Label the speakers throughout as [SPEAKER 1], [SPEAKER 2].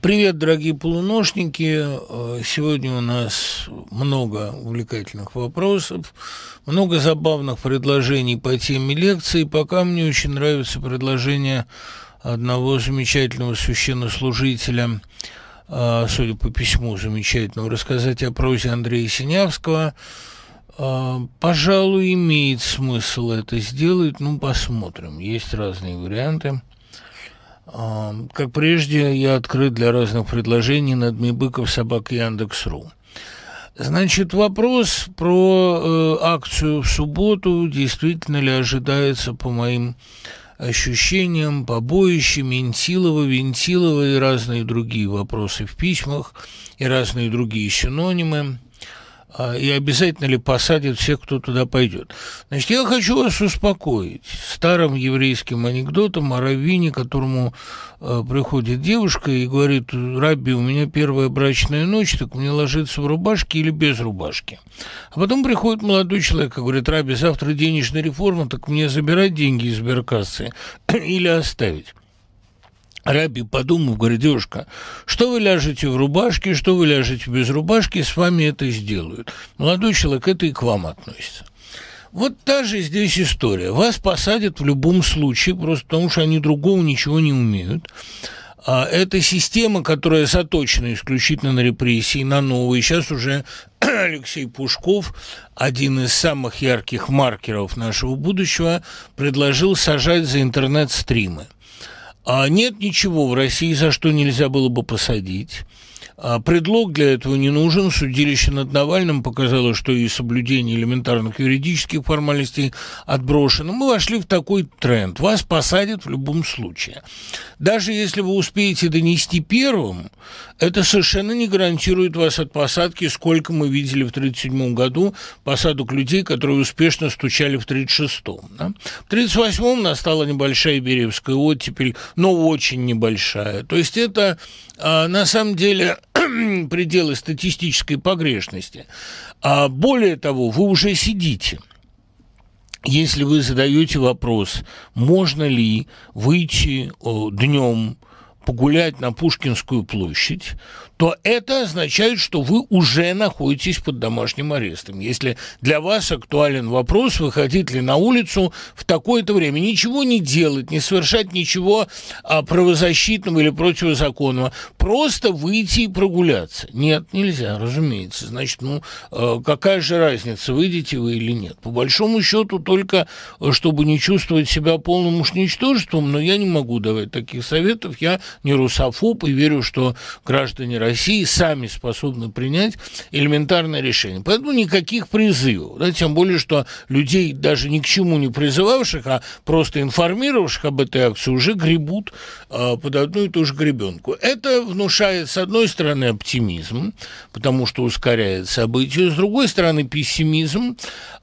[SPEAKER 1] Привет, дорогие полуношники. Сегодня у нас много увлекательных вопросов, много забавных предложений по теме лекции. Пока мне очень нравится предложение одного замечательного священнослужителя, судя по письму замечательного, рассказать о прозе Андрея Синявского. Пожалуй, имеет смысл это сделать, посмотрим. Есть разные варианты. Как прежде, я открыт для разных предложений на @Яндекс.ру. Значит, вопрос про акцию в субботу. Действительно ли ожидается, по моим ощущениям, побоище Менсилова, Вентилова и разные другие вопросы в письмах, и разные другие синонимы? И обязательно ли посадят всех, кто туда пойдет? Значит, я хочу вас успокоить старым еврейским анекдотом о раввине, которому приходит девушка и говорит: «Рабби, у меня первая брачная ночь, так мне ложиться в рубашке или без рубашки?» А потом приходит молодой человек и говорит: «Рабби, завтра денежная реформа, так мне забирать деньги из сберкассы или оставить?» Рабби, подумав, говорит: «Девушка, что вы ляжете в рубашке, что вы ляжете без рубашки, с вами это сделают». Молодой человек, это и к вам относится. Вот та же здесь история. Вас посадят в любом случае, просто потому что они другого ничего не умеют. Это система, которая заточена исключительно на репрессии, на новые. Сейчас уже Алексей Пушков, один из самых ярких маркеров нашего будущего, предложил сажать за интернет-стримы. Нет ничего в России, за что нельзя было бы посадить. Предлог для этого не нужен. Судилище над Навальным показало, что и соблюдение элементарных юридических формальностей отброшено. Мы вошли в такой тренд. Вас посадят в любом случае. Даже если вы успеете донести первым, это совершенно не гарантирует вас от посадки, сколько мы видели в 1937 году посадок людей, которые успешно стучали в 1936. Да? В 1938 настала небольшая Бериевская оттепель, но очень небольшая. То есть это на самом деле пределы статистической погрешности. Более того, вы уже сидите. Если вы задаете вопрос, можно ли выйти днем погулять на Пушкинскую площадь, то это означает, что вы уже находитесь под домашним арестом. Если для вас актуален вопрос, выходить ли на улицу в такое-то время, ничего не делать, не совершать ничего правозащитного или противозаконного, просто выйти и прогуляться. Нет, нельзя, разумеется. Значит, какая же разница, выйдете вы или нет? По большому счету, только чтобы не чувствовать себя полным уж ничтожеством, но я не могу давать таких советов, я не русофоб и верю, что граждане России сами способны принять элементарное решение. Поэтому никаких призывов. Да, тем более, что людей, даже ни к чему не призывавших, а просто информировавших об этой акции, уже гребут под одну и ту же гребенку. Это внушает, с одной стороны, оптимизм, потому что ускоряет события, с другой стороны, пессимизм.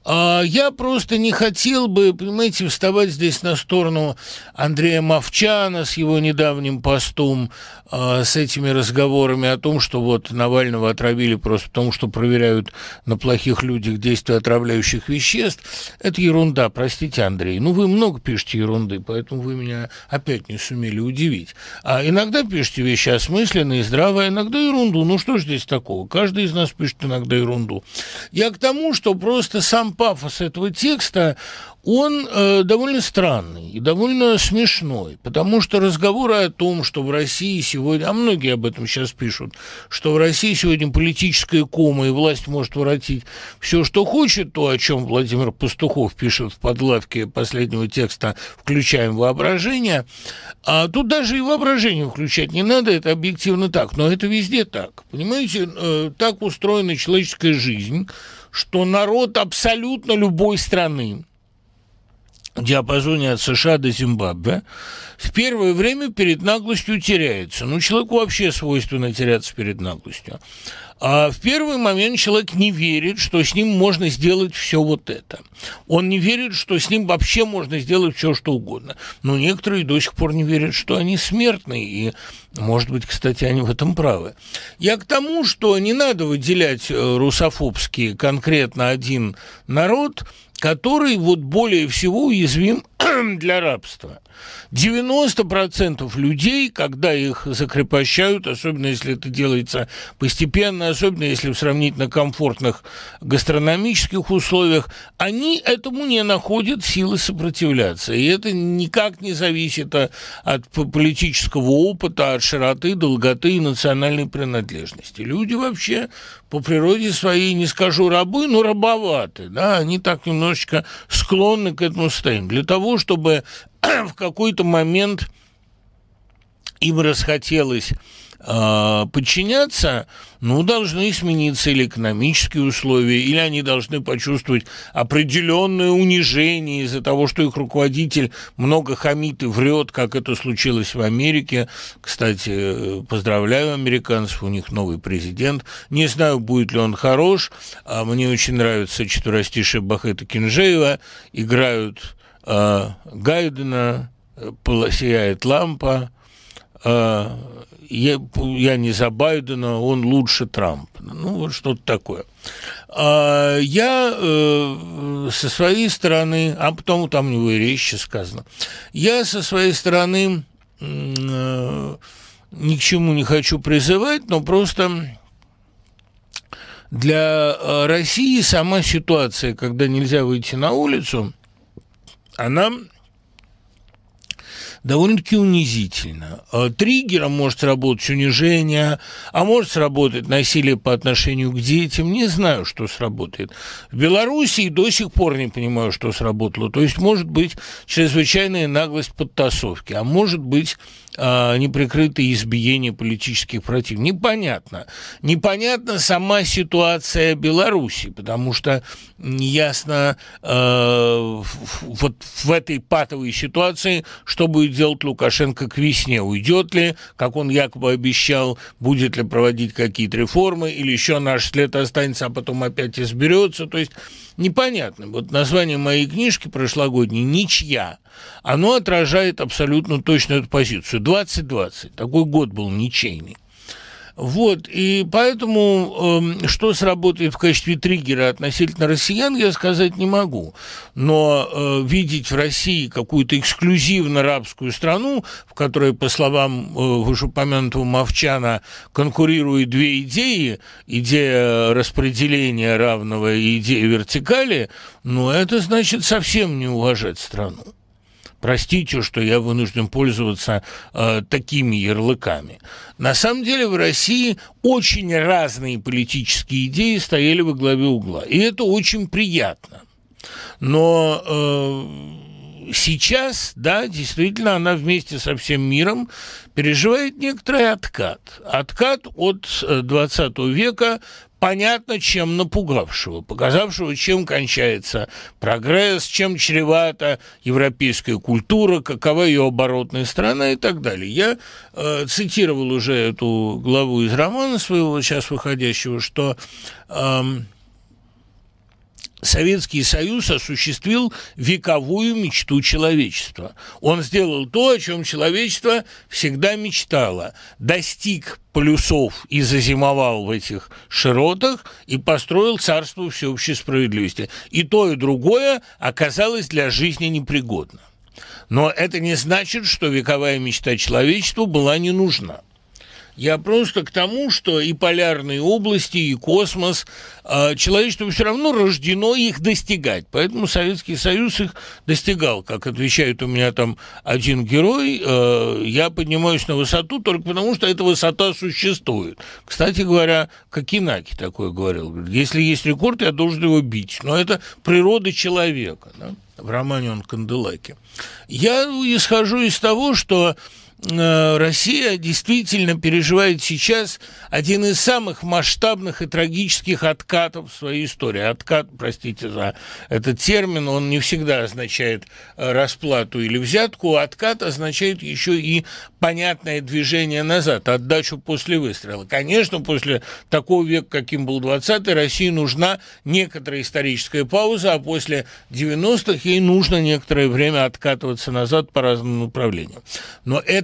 [SPEAKER 1] Я просто не хотел бы, понимаете, вставать здесь на сторону Андрея Мовчана с его недавним постом, с этими разговорами о том, что вот Навального отравили просто потому, что проверяют на плохих людях действие отравляющих веществ. Это ерунда, простите, Андрей. Вы много пишете ерунды, поэтому вы меня опять не сумели удивить. А иногда пишете вещи осмысленные, здравые, иногда ерунду. Что ж здесь такого? Каждый из нас пишет иногда ерунду. Я к тому, что просто сам пафос этого текста, он довольно странный и довольно смешной, потому что разговоры о том, что в России сегодня, а многие об этом сейчас пишут, что в России сегодня политическая кома, и власть может воротить все, что хочет, то, о чем Владимир Пастухов пишет в подлавке последнего текста «Включаем воображение», а тут даже и воображение включать не надо, это объективно так, но это везде так, понимаете, так устроена человеческая жизнь, что народ абсолютно любой страны, в диапазоне от США до Зимбабве, в первое время перед наглостью теряется. Человеку вообще свойственно теряться перед наглостью. А в первый момент человек не верит, что с ним можно сделать все вот это. Он не верит, что с ним вообще можно сделать все, что угодно. Но некоторые до сих пор не верят, что они смертные. И, может быть, кстати, они в этом правы. Я к тому, что не надо выделять русофобский конкретно один народ, который более всего уязвим для рабства. 90% людей, когда их закрепощают, особенно если это делается постепенно, особенно если в сравнительно комфортных гастрономических условиях, они этому не находят силы сопротивляться. И это никак не зависит от политического опыта, от широты, долготы и национальной принадлежности. Люди вообще по природе своей, не скажу рабы, но рабоваты. Да? Они так немножечко склонны к этому состоянию. Для того, чтобы в какой-то момент им расхотелось подчиняться, должны смениться или экономические условия, или они должны почувствовать определенное унижение из-за того, что их руководитель много хамит и врет, как это случилось в Америке. Кстати, поздравляю американцев, у них новый президент. Не знаю, будет ли он хорош. Мне очень нравится четверостишие Бахета Кинжеева. Играют Гайдена, сияет лампа. Я не за Байдена, он лучше Трампа. Вот что-то такое. Я со своей стороны, а потом там у него и речь сказано, я со своей стороны ни к чему не хочу призывать, но просто для России сама ситуация, когда нельзя выйти на улицу, она довольно-таки унизительно. Триггером может сработать унижение, а может сработать насилие по отношению к детям. Не знаю, что сработает. В Белоруссии до сих пор не понимаю, что сработало. То есть, может быть, чрезвычайная наглость подтасовки, а может быть, неприкрытое избиение политических противников. Непонятно. Непонятна сама ситуация Беларуси, потому что неясно вот в этой патовой ситуации, что будет делать Лукашенко к весне. Уйдет ли, как он якобы обещал, будет ли проводить какие-то реформы, или еще на 6 лет останется, а потом опять изберется. То есть непонятно. Вот название моей книжки прошлогодней «Ничья». Оно отражает абсолютно точно эту позицию. 2020. Такой год был ничейный. Вот, и поэтому, что сработает в качестве триггера относительно россиян, я сказать не могу. Но видеть в России какую-то эксклюзивно рабскую страну, в которой, по словам вышеупомянутого Мовчана, конкурируют две идеи, идея распределения равного и идея вертикали, это значит совсем не уважать страну. Простите, что я вынужден пользоваться такими ярлыками. На самом деле в России очень разные политические идеи стояли во главе угла, и это очень приятно. Но сейчас, да, действительно, она вместе со всем миром переживает некоторый откат. Откат от XX века, понятно, чем напугавшего, показавшего, чем кончается прогресс, чем чревата европейская культура, какова ее оборотная сторона и так далее. Я цитировал уже эту главу из романа своего, сейчас выходящего, что Советский Союз осуществил вековую мечту человечества. Он сделал то, о чем человечество всегда мечтало. Достиг полюсов и зазимовал в этих широтах и построил царство всеобщей справедливости. И то, и другое оказалось для жизни непригодно. Но это не значит, что вековая мечта человечеству была не нужна. Я просто к тому, что и полярные области, и космос, человечеству все равно рождено их достигать. Поэтому Советский Союз их достигал. Как отвечает у меня там один герой, я поднимаюсь на высоту только потому, что эта высота существует. Кстати говоря, Кокенаки такое говорил. Говорит, если есть рекорд, я должен его бить. Но это природа человека. Да? В романе он Канделаки. Я исхожу из того, что Россия действительно переживает сейчас один из самых масштабных и трагических откатов в своей истории. Откат, простите за этот термин, он не всегда означает расплату или взятку. Откат означает еще и понятное движение назад, отдачу после выстрела. Конечно, после такого века, каким был 20-й, России нужна некоторая историческая пауза, а после 90-х ей нужно некоторое время откатываться назад по разным направлениям. Но это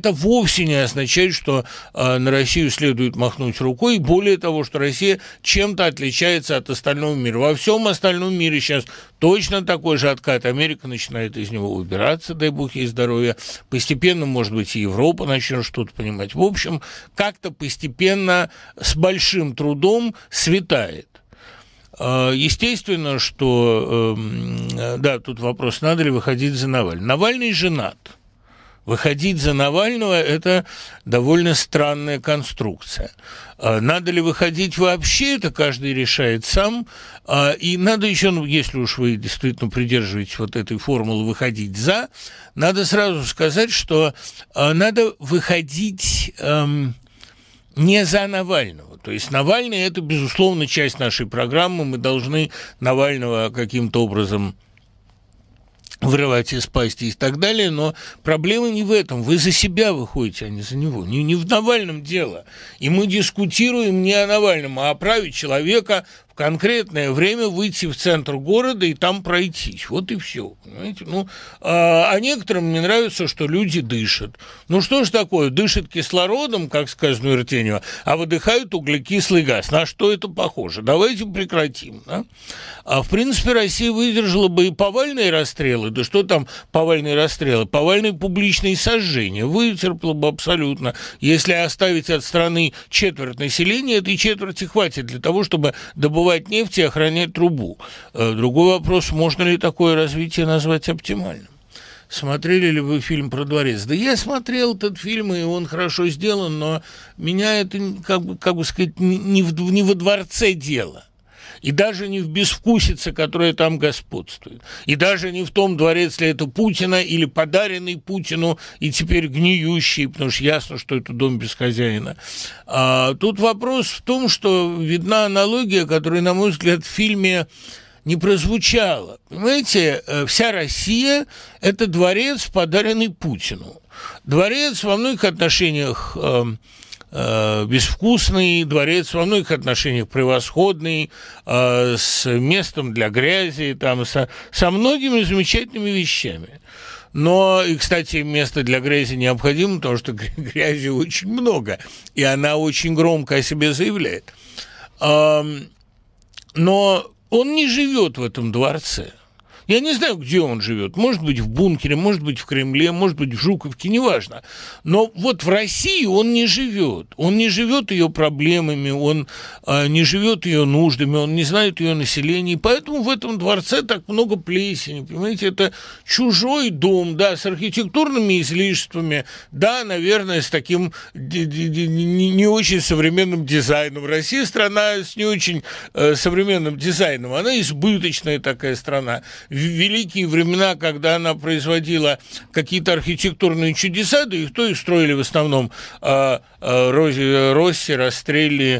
[SPEAKER 1] это вовсе не означает, что на Россию следует махнуть рукой. Более того, что Россия чем-то отличается от остального мира. Во всем остальном мире сейчас точно такой же откат. Америка начинает из него выбираться, дай бог ей здоровья. Постепенно, может быть, и Европа начнет что-то понимать. В общем, как-то постепенно с большим трудом светает. Естественно, что, да, тут вопрос, надо ли выходить за Навального. Навальный женат. Выходить за Навального – это довольно странная конструкция. Надо ли выходить вообще, это каждый решает сам. И надо еще, ну, если уж вы действительно придерживаетесь вот этой формулы «выходить за», надо сразу сказать, что надо выходить не за Навального. То есть Навальный – это, безусловно, часть нашей программы. Мы должны Навального каким-то образом вырывать из пасти и так далее, но проблема не в этом. Вы за себя выходите, а не за него. Не в Навальном дело. И мы дискутируем не о Навальном, а о праве человека в конкретное время выйти в центр города и там пройтись. Вот и все. Понимаете? Ну, а некоторым мне нравится, что люди дышат. Ну что ж такое? Дышат кислородом, как сказано у Иртенева, а выдыхают углекислый газ. На что это похоже? Давайте прекратим. Да? А в принципе Россия выдержала бы и повальные расстрелы. Да что там повальные расстрелы? Повальные публичные сожжения. Вытерпела бы абсолютно. Если оставить от страны четверть населения, этой четверти хватит для того, чтобы добывать нефть и охранять трубу. Другой вопрос, можно ли такое развитие назвать оптимальным? Смотрели ли вы фильм про дворец? Да я смотрел этот фильм, и он хорошо сделан, но меня это, как бы сказать, не во дворце дело. И даже не в безвкусице, которая там господствует. И даже не в том, дворец ли это Путина или подаренный Путину и теперь гниющий, потому что ясно, что это дом без хозяина. Тут вопрос в том, что видна аналогия, которая, на мой взгляд, в фильме не прозвучала. Понимаете, вся Россия – это дворец, подаренный Путину. Дворец во многих отношениях безвкусный, дворец во многих отношениях превосходный, с местом для грязи, там, со многими замечательными вещами. Но, и, кстати, место для грязи необходимо, потому что грязи очень много, и она очень громко о себе заявляет. Но он не живет в этом дворце. Я не знаю, где он живет. Может быть, в бункере, может быть, в Кремле, может быть, в Жуковке, неважно. Но вот в России он не живет. Он не живет ее проблемами, он не живет ее нуждами, он не знает ее населения. И поэтому в этом дворце так много плесени. Понимаете, это чужой дом, да, с архитектурными излишествами, да, наверное, с таким не очень современным дизайном. Россия страна с не очень современным дизайном. Она избыточная такая страна. В великие времена, когда она производила какие-то архитектурные чудеса, да и кто их строили в основном? Росси, Растрелли,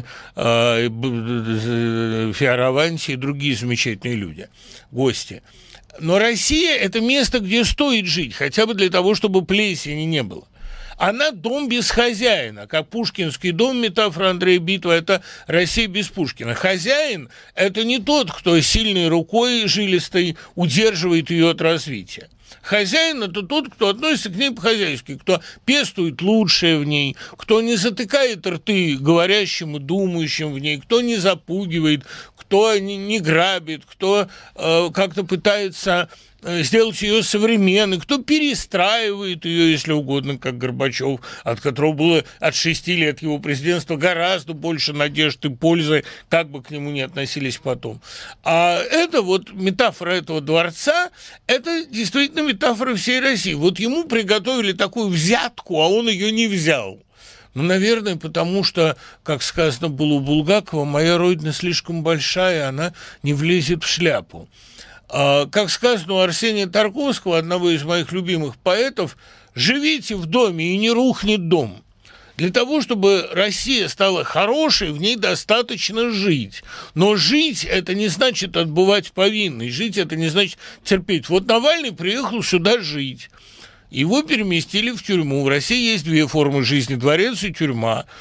[SPEAKER 1] Фиораванти и другие замечательные люди, гости. Но Россия – это место, где стоит жить, хотя бы для того, чтобы плесени не было. Она дом без хозяина, как пушкинский дом, метафора Андрея Битова, это Россия без Пушкина. Хозяин – это не тот, кто сильной рукой жилистой удерживает ее от развития. Хозяин – это тот, кто относится к ней по-хозяйски, кто пестует лучшее в ней, кто не затыкает рты говорящим и думающим в ней, кто не запугивает, кто не грабит, кто как-то пытается сделать ее современной, кто перестраивает ее, если угодно, как Горбачев, от которого было от 6 лет его президентства гораздо больше надежд и пользы, как бы к нему ни относились потом. А это вот метафора этого дворца, это действительно метафора всей России. Вот ему приготовили такую взятку, а он ее не взял. Ну, наверное, потому что, как сказано было у Булгакова, моя родина слишком большая, она не влезет в шляпу. Как сказано у Арсения Тарковского, одного из моих любимых поэтов, живите в доме, и не рухнет дом. Для того, чтобы Россия стала хорошей, в ней достаточно жить. Но жить – это не значит отбывать повинность, жить – это не значит терпеть. Вот Навальный приехал сюда жить. Его переместили в тюрьму. В России есть две формы жизни – дворец и тюрьма.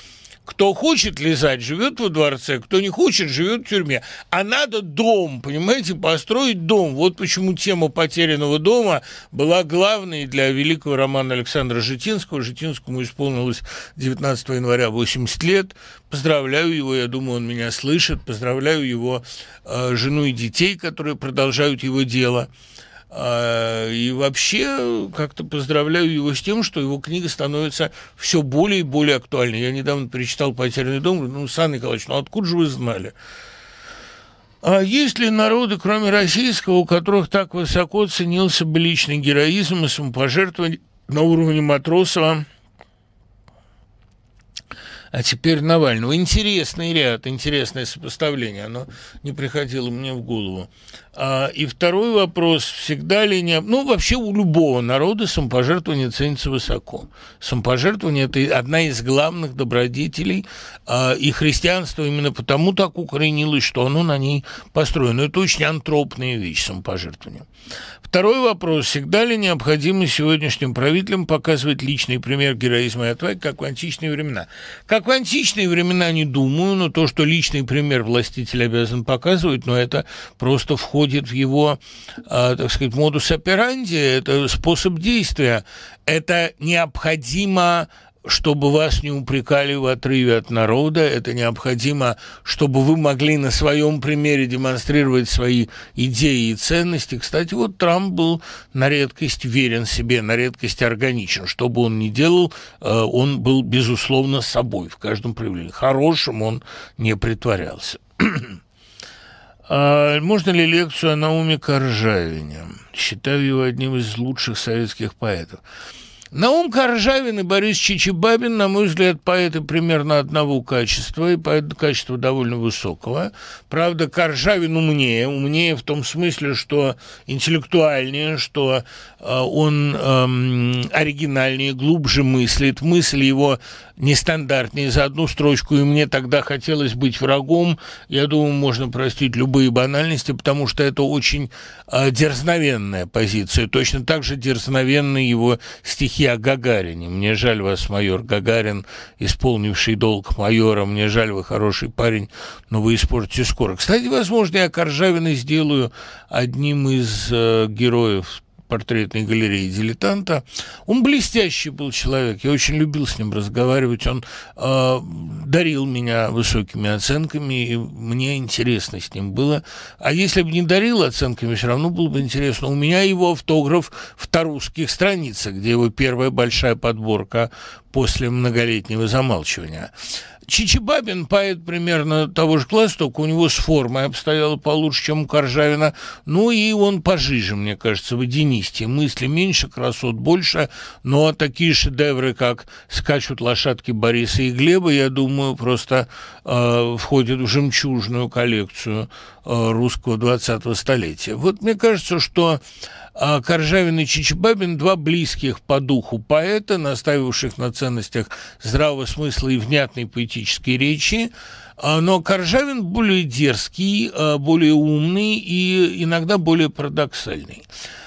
[SPEAKER 1] Кто хочет лизать, живет во дворце, кто не хочет, живет в тюрьме. А надо дом, понимаете, построить дом. Вот почему тема потерянного дома была главной для великого романа Александра Житинского. Житинскому исполнилось 19 января 80 лет. Поздравляю его, я думаю, он меня слышит. Поздравляю его жену и детей, которые продолжают его дело. И вообще как-то поздравляю его с тем, что его книга становится все более и более актуальной. Я недавно перечитал «Потерянный дом», говорю, ну, Сан Николаевич, ну откуда же вы знали? А есть ли народы, кроме российского, у которых так высоко ценился бы личный героизм и самопожертвование на уровне Матросова? А теперь Навального. Интересный ряд, интересное сопоставление. Оно не приходило мне в голову. И второй вопрос. Всегда ли не... Ну, вообще у любого народа самопожертвование ценится высоко. Самопожертвование – это одна из главных добродетелей. И христианство именно потому так укоренилось, что оно на ней построено. Это очень антропная вещь, самопожертвование. Второй вопрос. Всегда ли необходимо сегодняшним правителям показывать личный пример героизма и отваги, как в античные времена? Как в античные времена не думаю, но то, что личный пример властитель обязан показывать, но это просто входит в его, так сказать, модус операнди, это способ действия. Это необходимо, чтобы вас не упрекали в отрыве от народа, это необходимо, чтобы вы могли на своем примере демонстрировать свои идеи и ценности. Кстати, вот Трамп был на редкость верен себе, на редкость органичен. Что бы он ни делал, он был, безусловно, собой в каждом проявлении. Хорошим он не притворялся. Можно ли лекцию о Науме Коржавине? Считаю его одним из лучших советских поэтов. Наум Коржавин и Борис Чичибабин, на мой взгляд, поэты примерно одного качества, и качества довольно высокого. Правда, Коржавин умнее в том смысле, что интеллектуальнее, что он оригинальнее, глубже мыслит, мысль его нестандартнее за одну строчку, и мне тогда хотелось быть врагом. Я думаю, можно простить любые банальности, потому что это очень дерзновенная позиция. Точно так же дерзновенны его стихи о Гагарине. «Мне жаль вас, майор Гагарин, исполнивший долг майора. Мне жаль, вы хороший парень, но вы испортите скоро». Кстати, возможно, я Коржавина сделаю одним из героев портретной галереи «Дилетанта». Он блестящий был человек, я очень любил с ним разговаривать, он дарил меня высокими оценками, и мне интересно с ним было. А если бы не дарил оценками, все равно было бы интересно. У меня его автограф в «Тарусских страницах», где его первая большая подборка после многолетнего замалчивания. Чичибабин, поэт примерно того же класса, только у него с формой обстояло получше, чем у Коржавина. Ну и он пожиже, мне кажется, водянистее. Мысли меньше, красот больше, но такие шедевры, как «Скачут лошадки Бориса и Глеба», я думаю, просто входят в жемчужную коллекцию русского 20-го столетия. Вот мне кажется, что Коржавин и Чичибабин – два близких по духу поэта, настаивавших на ценностях здравого смысла и внятной поэтической речи, но Коржавин более дерзкий, более умный и иногда более парадоксальный.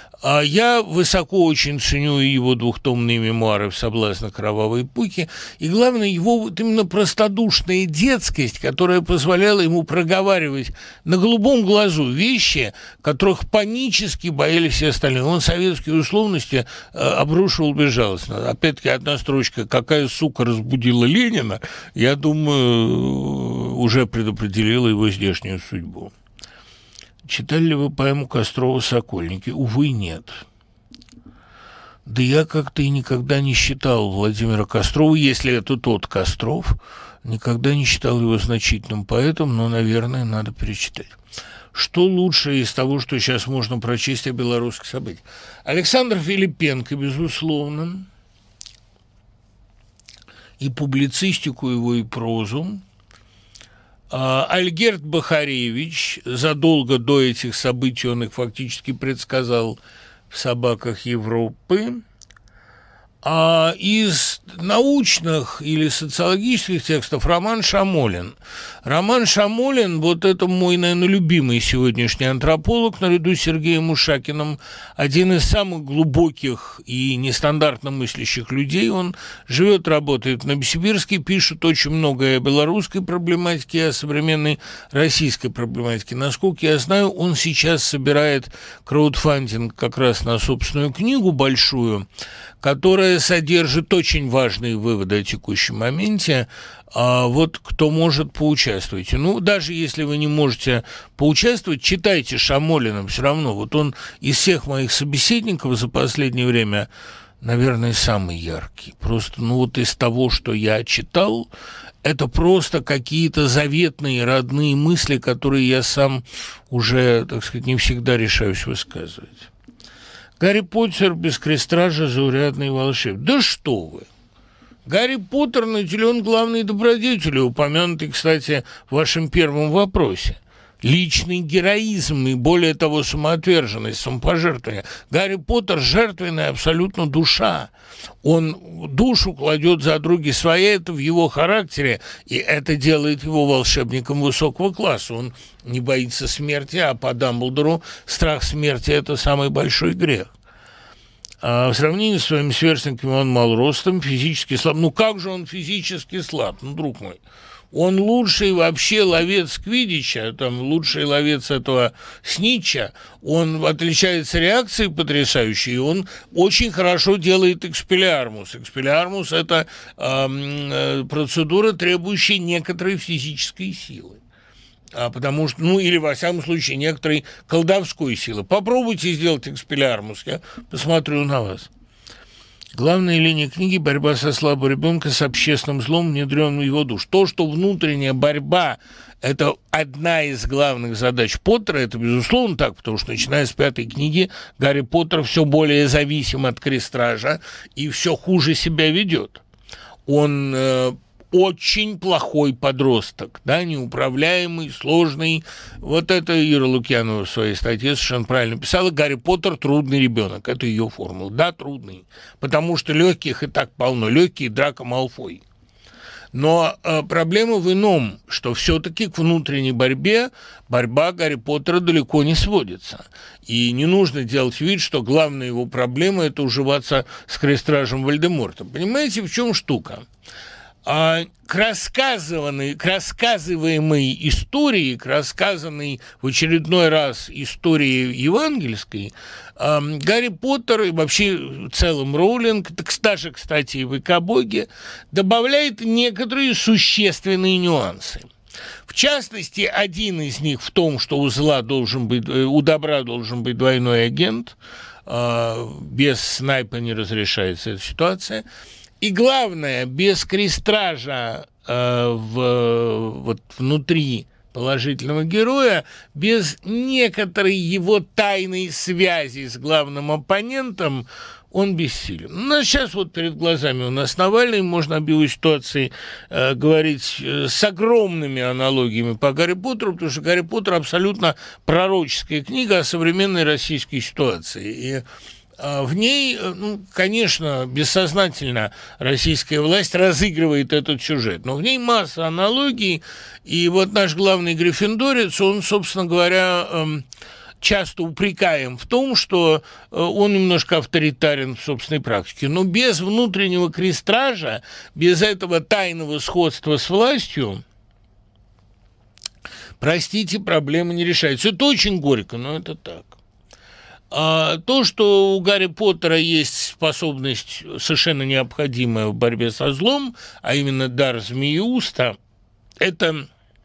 [SPEAKER 1] Я высоко очень ценю его двухтомные мемуары «В соблазнах кровавой эпохи», и главное, его вот именно простодушная детскость, которая позволяла ему проговаривать на голубом глазу вещи, которых панически боялись все остальные. Он советские условности обрушивал безжалостно. Опять-таки, одна строчка «Какая сука разбудила Ленина», я думаю, уже предопределила его здешнюю судьбу. Читали ли вы поэму Кострова «Сокольники»? Увы, нет. Да я как-то и никогда не считал Владимира Кострова, если это тот Костров, никогда не считал его значительным поэтом, но, наверное, надо перечитать. Что лучше из того, что сейчас можно прочесть о белорусских событиях? Александр Филипенко, безусловно, и публицистику его, и прозу. Альгерд Бахаревич, задолго до этих событий он их фактически предсказал в «Собаках Европы». А из научных или социологических текстов роман Шамолин. Роман Шамолин, вот это мой, наверное, любимый сегодняшний антрополог, наряду с Сергеем Ушакиным, один из самых глубоких и нестандартно мыслящих людей. Он живет, работает в Новосибирске, пишет очень много о белорусской проблематике, о современной российской проблематике. Насколько я знаю, он сейчас собирает краудфандинг как раз на собственную книгу большую, которая содержит очень важные выводы о текущем моменте. Вот кто может, поучаствуйте. Ну, даже если вы не можете поучаствовать, читайте Шамолина все равно. Вот он из всех моих собеседников за последнее время, наверное, самый яркий. Просто, ну, вот из того, что я читал, это просто какие-то заветные, родные мысли, которые я сам уже, так сказать, не всегда решаюсь высказывать. Гарри Поттер без крестража, заурядный волшебник. Да что вы! Гарри Поттер наделен главной добродетелью, упомянутой, кстати, в вашем первом вопросе. Личный героизм и, более того, самоотверженность, самопожертвование. Гарри Поттер – жертвенная абсолютно душа. Он душу кладет за други свои, это в его характере, и это делает его волшебником высокого класса. Он не боится смерти, а по Дамблдору страх смерти – это самый большой грех. А в сравнении с своими сверстниками он мал ростом, физически слаб. Ну как же он физически слаб, ну, друг мой? Он лучший вообще ловец квиддича, там, лучший ловец этого снитча. Он отличается реакцией потрясающей, и он очень хорошо делает экспеллиармус. Экспеллиармус – это процедура, требующая некоторой физической силы. Потому что, ну, или, во всяком случае, некоторой колдовской силы. Попробуйте сделать экспеллиармус, я посмотрю на вас. Главная линия книги – борьба со слабым ребенком с общественным злом, внедренным в его душ. То, что внутренняя борьба – это одна из главных задач Поттера, это, безусловно, так, потому что, начиная с 5-й книги, Гарри Поттер все более зависим от крестража и все хуже себя ведет. Он очень плохой подросток, да, неуправляемый, сложный. Вот это Ира Лукьянова в своей статье совершенно правильно писала. Гарри Поттер – трудный ребенок. Это ее формула. Да, трудный. Потому что легких и так полно. Легкий Драко Малфой. Но проблема в ином, что все-таки к внутренней борьбе борьба Гарри Поттера далеко не сводится. И не нужно делать вид, что главная его проблема – это уживаться с крестражем Вальдеморта. Понимаете, в чем штука? К рассказываемой истории, к рассказанной в очередной раз истории евангельской, Гарри Поттер и вообще в целом Роулинг, даже, кстати, и в «Икабоге», добавляет некоторые существенные нюансы. В частности, один из них в том, что у добра должен быть двойной агент, без снайпа не разрешается эта ситуация. И главное, без крестража внутри положительного героя, без некоторой его тайной связи с главным оппонентом, он бессилен. Ну, сейчас вот перед глазами у нас Навальный, можно об его ситуации говорить с огромными аналогиями по Гарри Поттеру, потому что Гарри Поттер абсолютно пророческая книга о современной российской ситуации. И в ней, ну, конечно, бессознательно российская власть разыгрывает этот сюжет, но в ней масса аналогий, и вот наш главный гриффиндорец, он, собственно говоря, часто упрекаем в том, что он немножко авторитарен в собственной практике, но без внутреннего крестража, без этого тайного сходства с властью, простите, проблема не решается. Это очень горько, но это так. То, что у Гарри Поттера есть способность совершенно необходимая в борьбе со злом, а именно дар Змееуста, это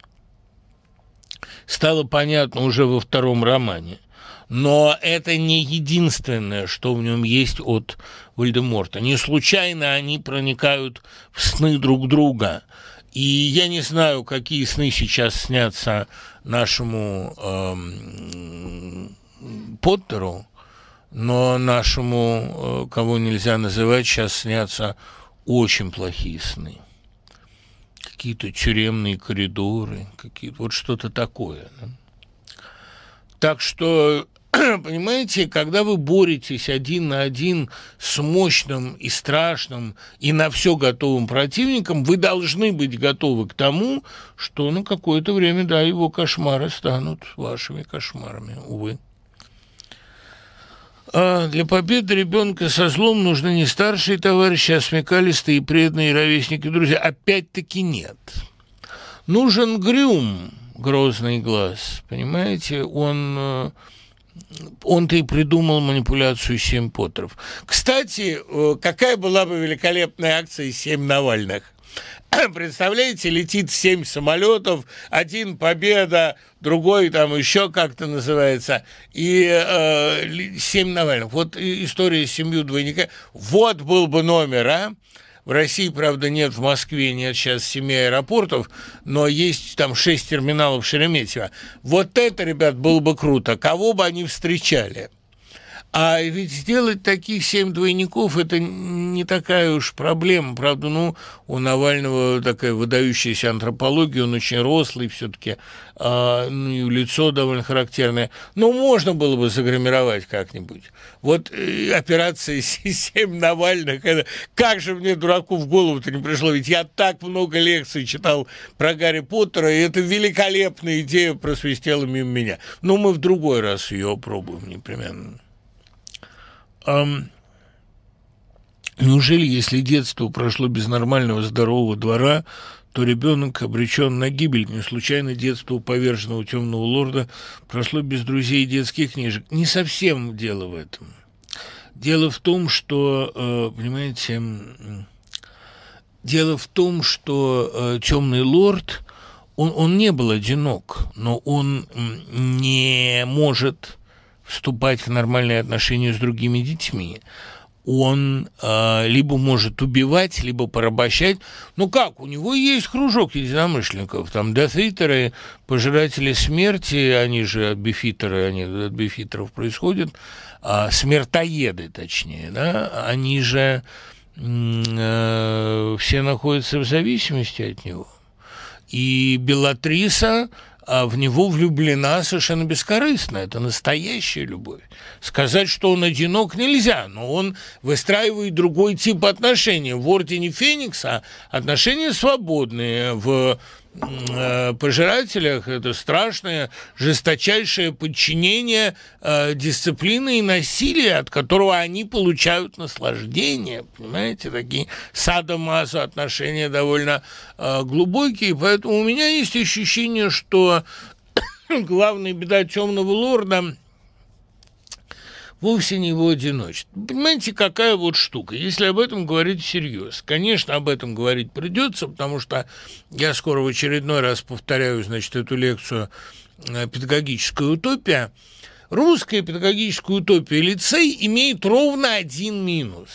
[SPEAKER 1] стало понятно уже во втором романе. Но это не единственное, что в нем есть от Вальдеморта. Не случайно они проникают в сны друг друга. И я не знаю, какие сны сейчас снятся нашему Поттеру, но нашему, кого нельзя называть, сейчас снятся очень плохие сны. Какие-то тюремные коридоры, какие-то вот что-то такое. Да? Так что понимаете, когда вы боретесь один на один с мощным и страшным и на все готовым противником, вы должны быть готовы к тому, что на какое-то время, да, его кошмары станут вашими кошмарами, увы. А для победы ребенка со злом нужны не старшие товарищи, а смекалистые, преданные ровесники и друзья. Опять-таки нет. Нужен Грюм, грозный глаз, понимаете, он-то и придумал манипуляцию «Семь Поттеров». Кстати, какая была бы великолепная акция «Семь Навальных»? Представляете, летит 7 самолетов, один победа, другой там еще как-то называется, и 7 Навальных. Вот история с 7 двойниками. Вот был бы номер, а? В России, правда, нет, в Москве нет сейчас 7 аэропортов, но есть там 6 терминалов Шереметьево. Вот это, ребят, было бы круто. Кого бы они встречали? А ведь сделать таких 7 двойников – это не такая уж проблема. Правда, у Навального такая выдающаяся антропология, он очень рослый все-таки, и лицо довольно характерное. Но можно было бы загримировать как-нибудь. Вот операция «7 Навальных» – это как же мне, дураку, в голову-то не пришло? Ведь я так много лекций читал про Гарри Поттера, и эта великолепная идея просвистела мимо меня. Но мы в другой раз ее опробуем непременно. Неужели, если детство прошло без нормального здорового двора, то ребенок обречен на гибель? Не случайно детство поверженного темного лорда прошло без друзей и детских книжек. Не совсем дело в этом. Дело в том, что, понимаете, темный лорд, он не был одинок, но он не может вступать в нормальные отношения с другими детьми. Он либо может убивать, либо порабощать. Ну как, у него есть кружок единомышленников. Там Death-Eaterы, пожиратели смерти, они же бифитеры, они от бифитеров происходят, смертоеды, точнее, да, они же все находятся в зависимости от него. И Беллатриса в него влюблена совершенно бескорыстно. Это настоящая любовь. Сказать, что он одинок, нельзя, но он выстраивает другой тип отношений. В Ордене Феникса отношения свободные, в пожирателях это страшное, жесточайшее подчинение дисциплины и насилия, от которого они получают наслаждение, понимаете, такие садо-мазо отношения довольно глубокие, поэтому у меня есть ощущение, что главная беда темного лорда вовсе не его одиночество. Понимаете, какая вот штука, если об этом говорить всерьез. Конечно, об этом говорить придется, потому что я скоро в очередной раз повторяю, значит, эту лекцию «Педагогическая утопия». Русская педагогическая утопия лицей имеет ровно один минус.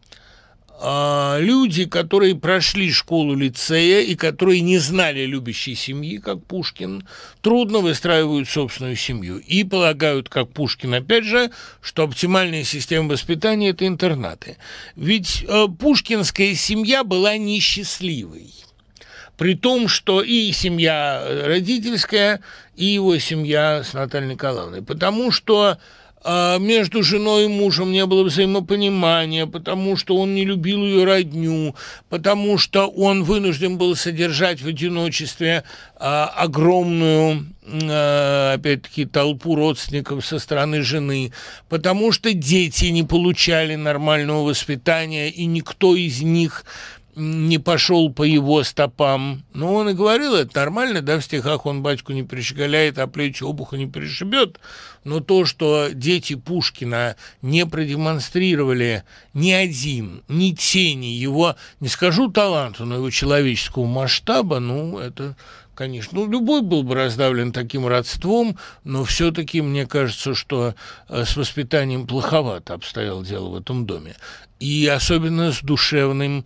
[SPEAKER 1] Люди, которые прошли школу лицея и которые не знали любящей семьи, как Пушкин, трудно выстраивают собственную семью и полагают, как Пушкин, опять же, что оптимальная система воспитания – это интернаты. Ведь пушкинская семья была несчастливой. При том, что и семья родительская, и его семья с Натальей Николаевной. Потому что между женой и мужем не было взаимопонимания, потому что он не любил ее родню, потому что он вынужден был содержать в одиночестве огромную, опять-таки, толпу родственников со стороны жены, потому что дети не получали нормального воспитания, и никто из них не пошел по его стопам. Но он и говорил, это нормально, да, в стихах он батьку не прищеголяет, а плечи обуха не пришибет. Но то, что дети Пушкина не продемонстрировали ни один, ни тени его, не скажу таланта, но его человеческого масштаба, это, конечно, любой был бы раздавлен таким родством, но все-таки мне кажется, что с воспитанием плоховато обстояло дело в этом доме. И особенно с душевным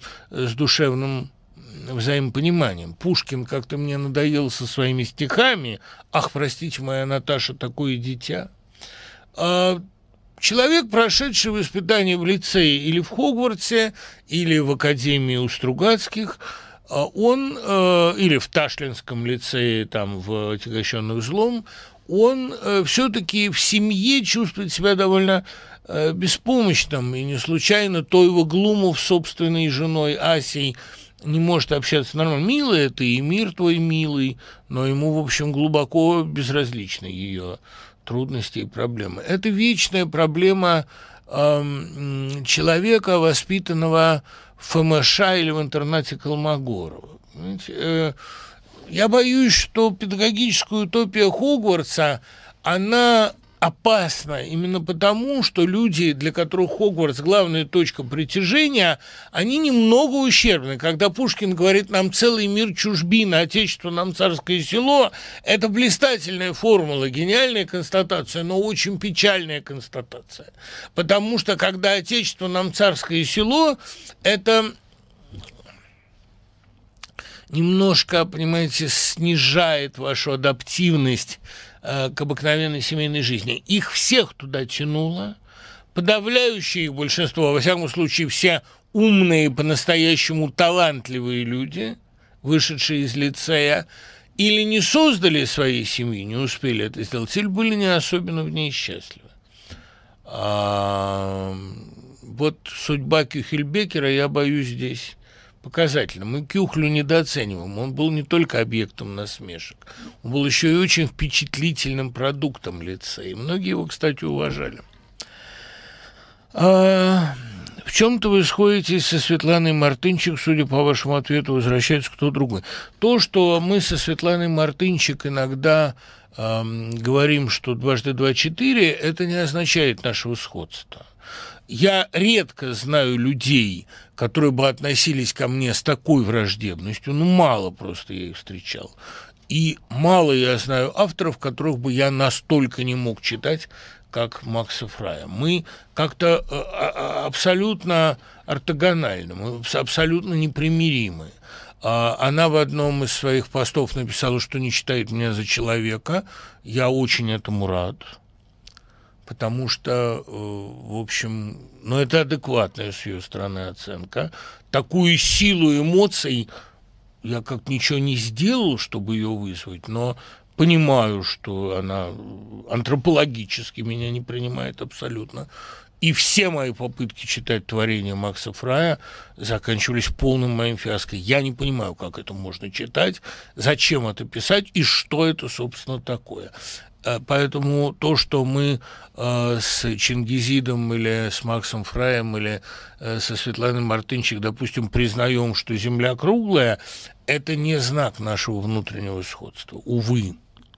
[SPEAKER 1] взаимопониманием. Пушкин как-то мне надоел со своими стихами. Ах, простите, моя Наташа, такое дитя. Человек, прошедший воспитание в лицее или в Хогвартсе, или в Академии у Стругацких, он, или в Ташлинском лицее, там, в «Отягощенных злом», он все-таки в семье чувствует себя довольно беспомощным, и не случайно Тойва Глумов с собственной женой Асей не может общаться нормально. Милая ты, и мир твой милый, но ему, в общем, глубоко безразличны ее трудности и проблемы. Это вечная проблема человека, воспитанного в ФМШ или в интернате Колмогорова. Я боюсь, что педагогическая утопия Хогвартса, она опасна именно потому, что люди, для которых Хогвартс главная точка притяжения, они немного ущербны. Когда Пушкин говорит «нам целый мир чужбина, отечество нам царское село», это блистательная формула, гениальная констатация, но очень печальная констатация. Потому что когда отечество нам царское село, это немножко, понимаете, снижает вашу адаптивность к обыкновенной семейной жизни. Их всех туда тянуло, подавляющее их большинство, во всяком случае, все умные, по-настоящему талантливые люди, вышедшие из лицея, или не создали своей семьи, не успели это сделать, или были не особенно в ней счастливы. Вот судьба Кюхельбекера, я боюсь, здесь показательно. Мы Кюхлю недооцениваем. Он был не только объектом насмешек, он был еще и очень впечатлительным продуктом лицея. Многие его, кстати, уважали. В чем-то вы сходитесь со Светланой Мартынчик, судя по вашему ответу, возвращается кто другой. То, что мы со Светланой Мартынчик иногда говорим, что дважды два – 4, это не означает нашего сходства. Я редко знаю людей, которые бы относились ко мне с такой враждебностью, мало просто я их встречал. И мало я знаю авторов, которых бы я настолько не мог читать, как Макса Фрая. Мы как-то абсолютно ортогональны, мы абсолютно непримиримы. Она в одном из своих постов написала, что не считает меня за человека. Я очень этому рад. Потому что, в общем, это адекватная с ее стороны оценка. Такую силу эмоций я как ничего не сделал, чтобы ее вызвать, но понимаю, что она антропологически меня не принимает абсолютно. И все мои попытки читать творения Макса Фрая заканчивались полным моим фиаско. Я не понимаю, как это можно читать, зачем это писать и что это, собственно, такое. Поэтому то, что мы с Чингизидом или с Максом Фраем или со Светланой Мартынчик, допустим, признаем, что Земля круглая, это не знак нашего внутреннего сходства, увы.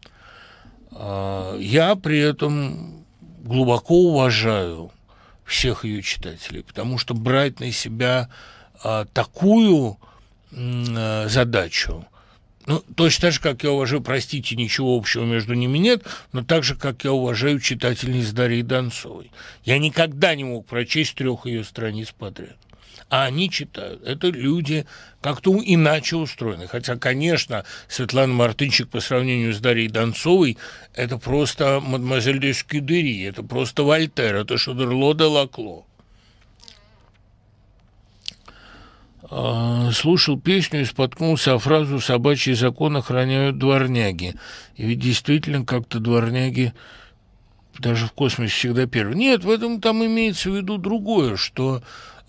[SPEAKER 1] Я при этом глубоко уважаю всех ее читателей, потому что брать на себя такую задачу, точно так же, как я уважаю, простите, ничего общего между ними нет, но так же, как я уважаю читательниц Дарьи Донцовой. Я никогда не мог прочесть 3 ее страниц подряд. А они читают. Это люди как-то иначе устроены. Хотя, конечно, Светлана Мартынчик по сравнению с Дарьей Донцовой – это просто мадемуазель де Скюдери, это просто Вольтер, это Шодерло де Лакло. Слушал песню и споткнулся о фразу «собачий закон охраняют дворняги». И ведь действительно как-то дворняги даже в космосе всегда первые. Нет, в этом там имеется в виду другое, что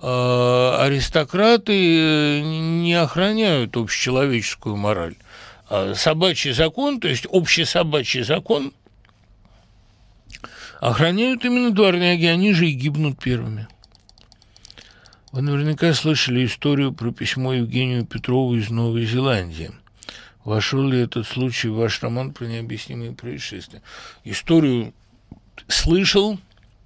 [SPEAKER 1] аристократы не охраняют общечеловеческую мораль. Собачий закон, то есть общий собачий закон, охраняют именно дворняги, они же и гибнут первыми. Вы наверняка слышали историю про письмо Евгению Петрову из Новой Зеландии. Вошел ли этот случай в ваш роман про необъяснимые происшествия? Историю слышал,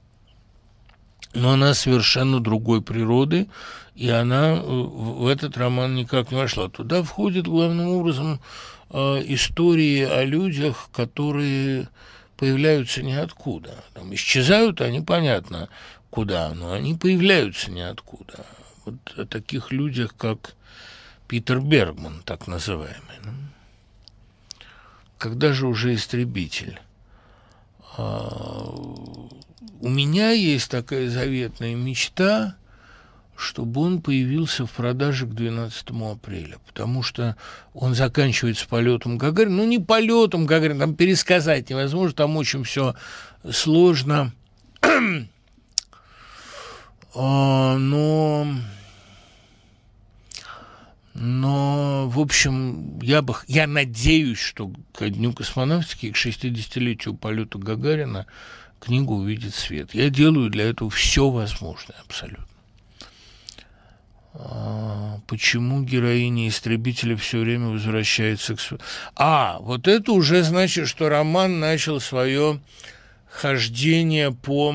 [SPEAKER 1] но она совершенно другой природы, и она в этот роман никак не вошла. Туда входят главным образом истории о людях, которые появляются ниоткуда. Там исчезают они, понятно, куда, но они появляются ниоткуда. Вот о таких людях, как Питер Бергман, так называемый. Когда же уже истребитель? У меня есть такая заветная мечта, чтобы он появился в продаже к 12 апреля, потому что он заканчивается полетом Гагарина. Ну, не полетом Гагарина, там пересказать невозможно, там очень все сложно. Но, в общем, я надеюсь, что ко Дню космонавтики, к 60-летию полета Гагарина, книга увидит свет. Я делаю для этого все возможное абсолютно. Почему героиня истребителя все время возвращается к... вот это уже значит, что роман начал свое хождение по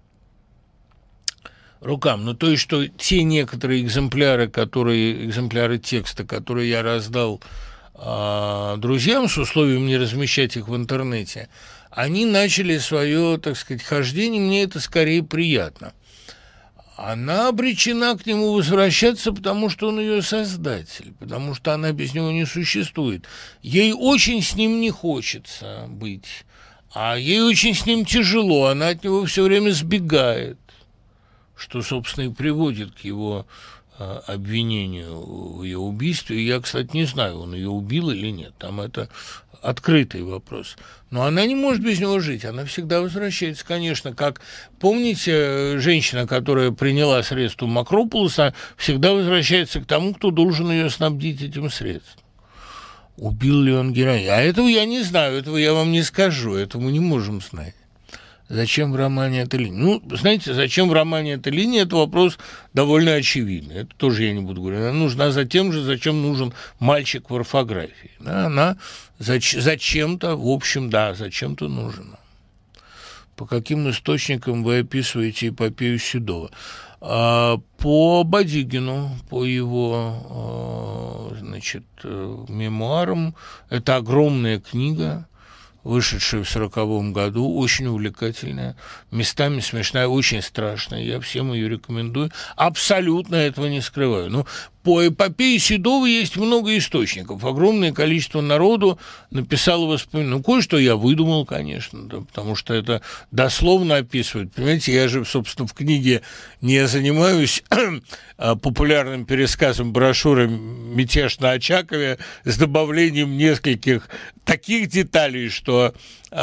[SPEAKER 1] рукам. Ну, то есть, что те некоторые экземпляры текста, которые я раздал друзьям с условием не размещать их в интернете, они начали свое, так сказать, хождение, мне это скорее приятно. Она обречена к нему возвращаться, потому что он ее создатель, потому что она без него не существует. Ей очень с ним не хочется быть, а ей очень с ним тяжело, она от него все время сбегает, что, собственно, и приводит к его обвинению в ее убийстве. Я, кстати, не знаю, он ее убил или нет, там это открытый вопрос. Но она не может без него жить, она всегда возвращается, конечно, как, помните, женщина, которая приняла средства Макропулоса, всегда возвращается к тому, кто должен ее снабдить этим средством. Убил ли он героиню? А этого я не знаю, этого я вам не скажу, этого мы не можем знать. Зачем в романе эта линия? Ну, знаете, зачем в романе эта линия, это вопрос довольно очевидный. Это тоже я не буду говорить. Она нужна за тем же, зачем нужен мальчик в орфографии. Да, она зачем-то, в общем, да, зачем-то нужна. По каким источникам вы описываете эпопею Седова? По Бадигину, по его, мемуарам. Это огромная книга, вышедшая в 1940 году, очень увлекательная, местами смешная, очень страшная. Я всем ее рекомендую. Абсолютно этого не скрываю. Но по эпопее Седова есть много источников. Огромное количество народу написало воспоминания. Ну, кое-что я выдумал, конечно, да, потому что это дословно описывает. Понимаете, я же, собственно, в книге не занимаюсь популярным пересказом брошюры «Мятеж на Очакове» с добавлением нескольких таких деталей, что,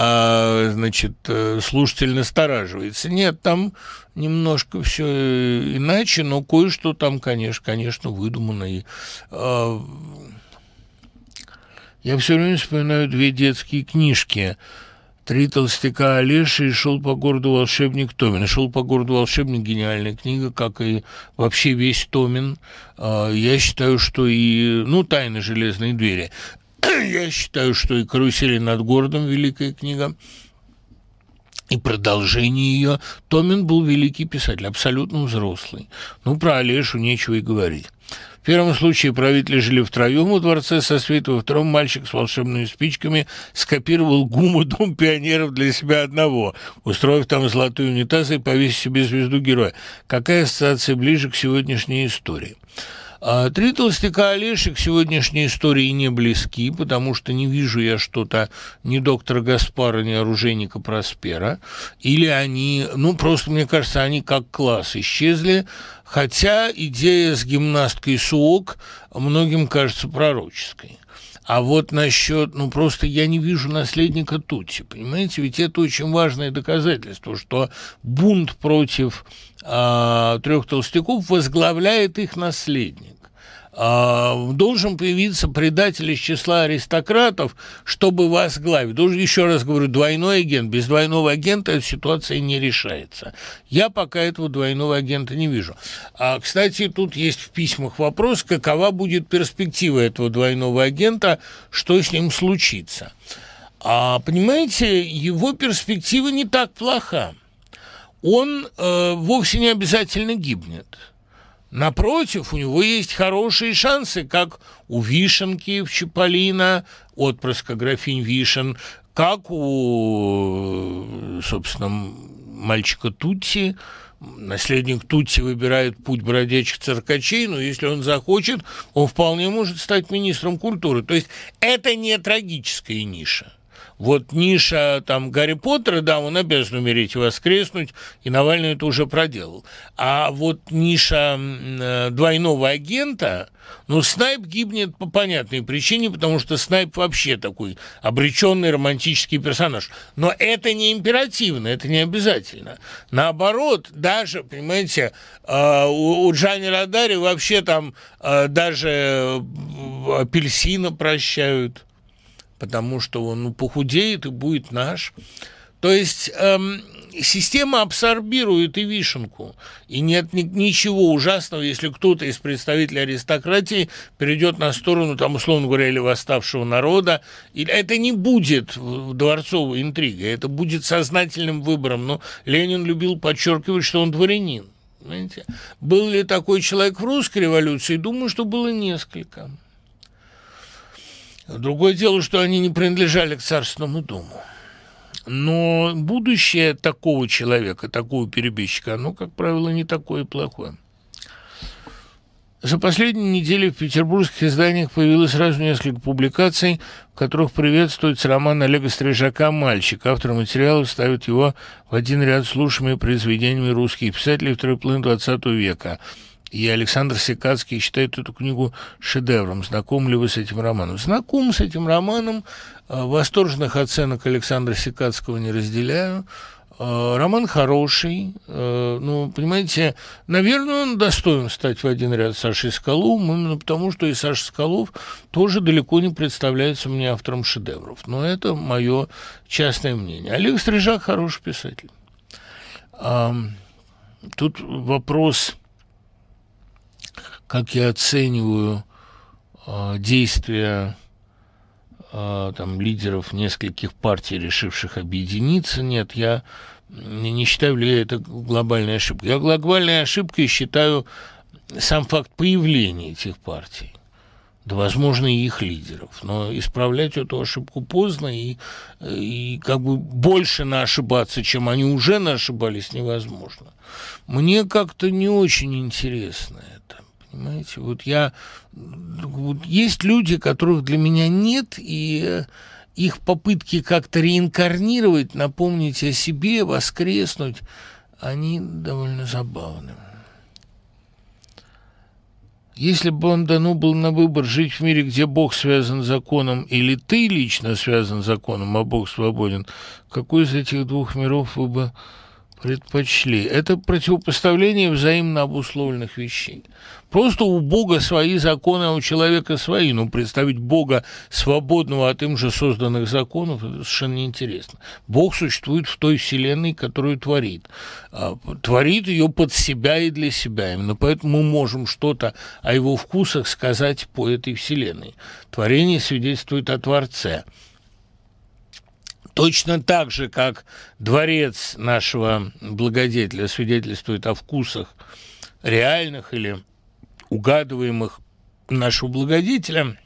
[SPEAKER 1] слушатель настораживается. Нет, там немножко все иначе, но кое-что там, конечно, выдумано. И, я все время вспоминаю две детские книжки. «Три толстяка Олеша» и «Шел по городу волшебник Томин». «Шел по городу волшебник» — гениальная книга, как и вообще весь Томин. Я считаю, что и... «Тайны железной двери». Я считаю, что и «Карусели над городом» — великая книга. И продолжение ее. Томин был великий писатель, абсолютно взрослый. Про Олешу нечего и говорить. В первом случае правители жили втроем во дворце со свитой, во втором мальчик с волшебными спичками скопировал ГУМу Дом пионеров для себя одного, устроив там золотой унитаз и повесив себе звезду героя. Какая ассоциация ближе к сегодняшней истории? «Три толстяка Олеши» к сегодняшней истории не близки, потому что не вижу я что-то ни доктора Гаспара, ни оружейника Проспера. Или они, просто, мне кажется, они как класс исчезли, хотя идея с гимнасткой Суок многим кажется пророческой. А вот насчет, просто я не вижу наследника Тутси, понимаете? Ведь это очень важное доказательство, что бунт против трех толстяков возглавляет их наследник. Должен появиться предатель из числа аристократов, чтобы возглавить. Должен, еще раз говорю, двойной агент. Без двойного агента эта ситуация не решается. Я пока этого двойного агента не вижу. Кстати, тут есть в письмах вопрос, какова будет перспектива этого двойного агента, что с ним случится. Понимаете, его перспектива не так плоха. Он вовсе не обязательно гибнет. Напротив, у него есть хорошие шансы, как у Вишенки в Чиполлино, отпрыска графинь Вишен, как у, собственно, мальчика Тутси. Наследник Тутси выбирает путь бродячих циркачей, но если он захочет, он вполне может стать министром культуры. То есть это не трагическая ниша. Вот ниша там Гарри Поттера, да, он обязан умереть и воскреснуть, и Навальный это уже проделал. А вот ниша двойного агента, ну, Снайп гибнет по понятной причине, потому что Снайп вообще такой обреченный романтический персонаж. Но это не императивно, это не обязательно. Наоборот, даже, понимаете, у Джанни Родари вообще там даже апельсина прощают, потому что он похудеет и будет наш. То есть система абсорбирует и вишенку. И нет ничего ужасного, если кто-то из представителей аристократии перейдет на сторону, там, условно говоря, или восставшего народа. И это не будет дворцовой интригой, это будет сознательным выбором. Но Ленин любил подчеркивать, что он дворянин. Понимаете? Был ли такой человек в русской революции? Думаю, что было несколько. Другое дело, что они не принадлежали к Царственному дому. Но будущее такого человека, такого перебежчика, оно, как правило, не такое плохое. За последние недели в петербургских изданиях появилось сразу несколько публикаций, в которых приветствуется роман Олега Стрижака «Мальчик». Автор материалов ставит его в один ряд с лучшими произведениями русских писателей второй половины XX века. И Александр Секацкий считает эту книгу шедевром. Знакомы ли вы с этим романом? Знаком с этим романом. Восторженных оценок Александра Секацкого не разделяю. Роман хороший. Ну, понимаете, наверное, он достоин стать в один ряд с Сашей Соколовым, именно потому, что и Саша Соколов тоже далеко не представляется мне автором шедевров. Но это мое частное мнение. Олег Стрижак хороший писатель. Тут вопрос, как я оцениваю действия там, лидеров нескольких партий, решивших объединиться. Нет, я не считаю ли это глобальной ошибкой. Я глобальной ошибкой считаю сам факт появления этих партий, да, возможно, и их лидеров. Но исправлять эту ошибку поздно, и как бы больше ошибаться, чем они уже ошибались, невозможно. Мне как-то не очень интересно это. Понимаете, вот есть люди, которых для меня нет, и их попытки как-то реинкарнировать, напомнить о себе, воскреснуть, они довольно забавны. Если бы вам дано было на выбор жить в мире, где Бог связан законом, или ты лично связан законом, а Бог свободен, какой из этих двух миров вы бы предпочли? Это противопоставление взаимно обусловленных вещей. Просто у Бога свои законы, а у человека свои. Но представить Бога свободного от им же созданных законов, это совершенно неинтересно. Бог существует в той вселенной, которую творит. Творит ее под себя и для себя. Именно поэтому мы можем что-то о его вкусах сказать по этой вселенной. Творение свидетельствует о Творце. Точно так же, как дворец нашего благодетеля свидетельствует о вкусах реальных или угадываемых нашего благодетеля,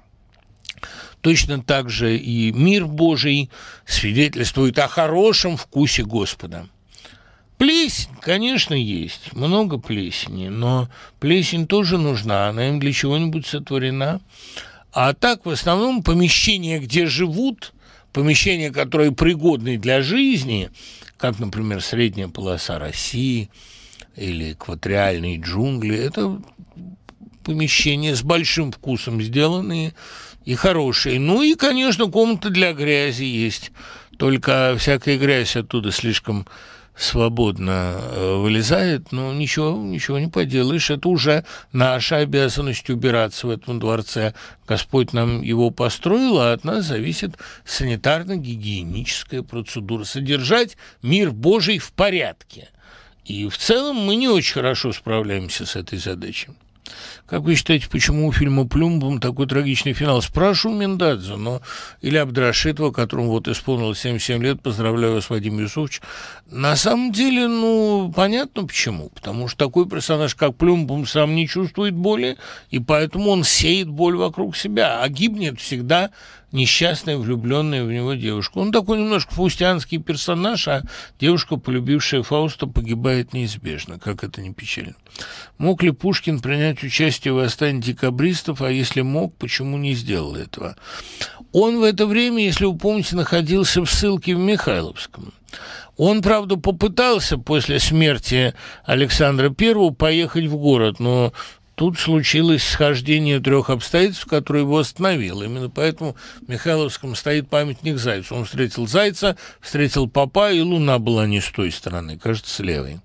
[SPEAKER 1] точно так же и мир Божий свидетельствует о хорошем вкусе Господа. Плесень, конечно, есть, много плесени, но плесень тоже нужна, она им для чего-нибудь сотворена. А так, в основном, помещения, где живут, помещения, которые пригодны для жизни, как, например, средняя полоса России или экваториальные джунгли, это помещения с большим вкусом сделанные и хорошие. Ну и, конечно, комната для грязи есть, только всякая грязь оттуда слишком свободно вылезает, но ничего не поделаешь, это уже наша обязанность убираться в этом дворце. Господь нам его построил, а от нас зависит санитарно-гигиеническая процедура. Содержать мир Божий в порядке. И в целом мы не очень хорошо справляемся с этой задачей. Как вы считаете, почему у фильма «Плюмбум» такой трагичный финал? Спрашиваю Миндадзе, но или Абдрашитова, которому вот исполнилось 77 лет, поздравляю вас, Вадим Юсуфович. На самом деле, понятно почему. Потому что такой персонаж, как Плюмбум, сам не чувствует боли, и поэтому он сеет боль вокруг себя, а гибнет всегда несчастная, влюбленная в него девушка. Он такой немножко фаустианский персонаж, а девушка, полюбившая Фауста, погибает неизбежно, как это ни печально. Мог ли Пушкин принять участие в восстании декабристов, а если мог, почему не сделал этого? Он в это время, если вы помните, находился в ссылке в Михайловском. Он, правда, попытался после смерти Александра I поехать в город, но тут случилось схождение 3 обстоятельств, которые его остановило. Именно поэтому в Михайловском стоит памятник Зайцу. Он встретил Зайца, встретил попа, и луна была не с той стороны, кажется, с левой.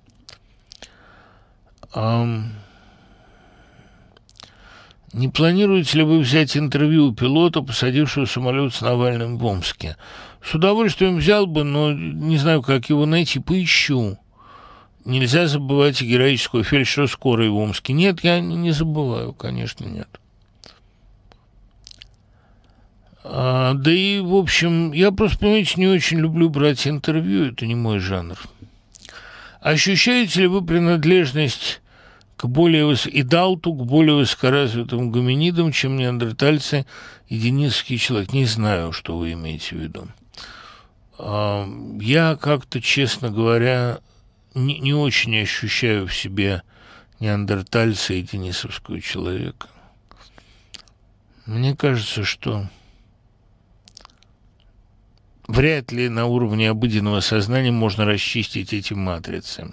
[SPEAKER 1] Не планируете ли вы взять интервью у пилота, посадившего самолет с Навальным в Омске? С удовольствием взял бы, но не знаю, как его найти, поищу. Нельзя забывать и героическую фельдшера скорой в Омске. Нет, я не забываю, конечно, нет. Да и, в общем, я просто, понимаете, не очень люблю брать интервью, это не мой жанр. Ощущаете ли вы принадлежность к более высокоразвитым гоминидам, чем неандертальцы и денисовский человек? Не знаю, что вы имеете в виду. Я как-то, честно говоря, не очень ощущаю в себе неандертальца и денисовского человека. Мне кажется, что вряд ли на уровне обыденного сознания можно расчистить эти матрицы.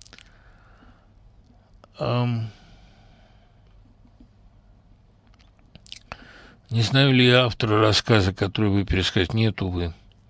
[SPEAKER 1] Не знаю ли я автора рассказа, который вы пересказать? Нет, увы.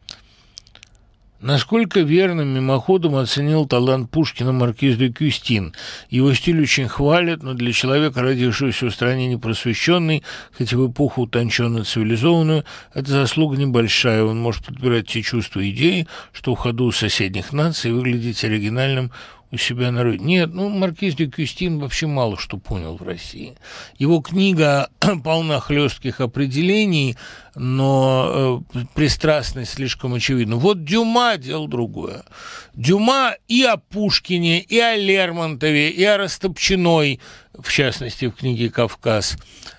[SPEAKER 1] Насколько верно мимоходом оценил талант Пушкина маркиз де Кюстин. Его стиль очень хвалят, но для человека, родившегося в стране непросвещенной, хоть и в эпоху утонченно цивилизованную, это заслуга небольшая. Он может подбирать те чувства и идеи, что в ходу у соседних наций, и выглядеть оригинальным у себя на родине. Нет, маркиз де Кюстин вообще мало что понял в России. Его книга полна хлестких определений, но пристрастность слишком очевидна. Вот Дюма делал другое. Дюма и о Пушкине, и о Лермонтове, и о Растопчиной, в частности, в книге «Кавказ»,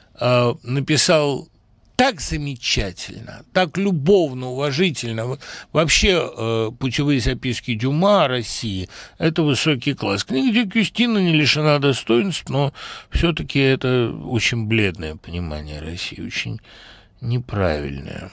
[SPEAKER 1] написал так замечательно, так любовно, уважительно. Вообще, путевые записки Дюма о России – это высокий класс. Книга де Кюстина не лишена достоинств, но все-таки это очень бледное понимание России, очень неправильное.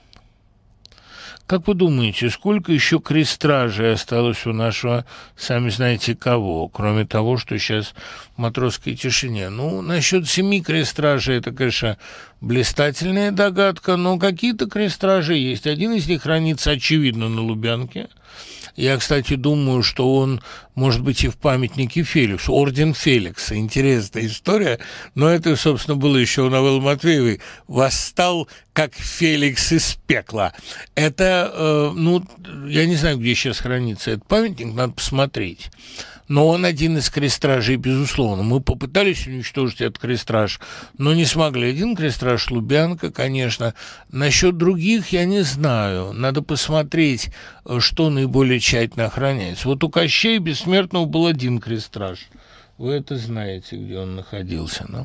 [SPEAKER 1] Как вы думаете, сколько еще крестражей осталось у нашего, сами знаете кого, кроме того, что сейчас в матросской тишине? Насчет 7 крестражей, это, конечно, блистательная догадка, но какие-то крестражи есть. Один из них хранится, очевидно, на Лубянке. Я, кстати, думаю, что он может быть и в памятнике Феликсу. Орден Феликса. Интересная история. Но это, собственно, было еще у новеллы Матвеевой. «Восстал, как Феликс из пекла». Это, я не знаю, где сейчас хранится этот памятник, надо посмотреть. Но он один из крестражей, безусловно. Мы попытались уничтожить этот крестраж, но не смогли. Один крестраж — Лубянка, конечно. Насчет других я не знаю. Надо посмотреть, что наиболее тщательно охраняется. Вот у Кощея Бессмертного был один крестраж. Вы это знаете, где он находился, да?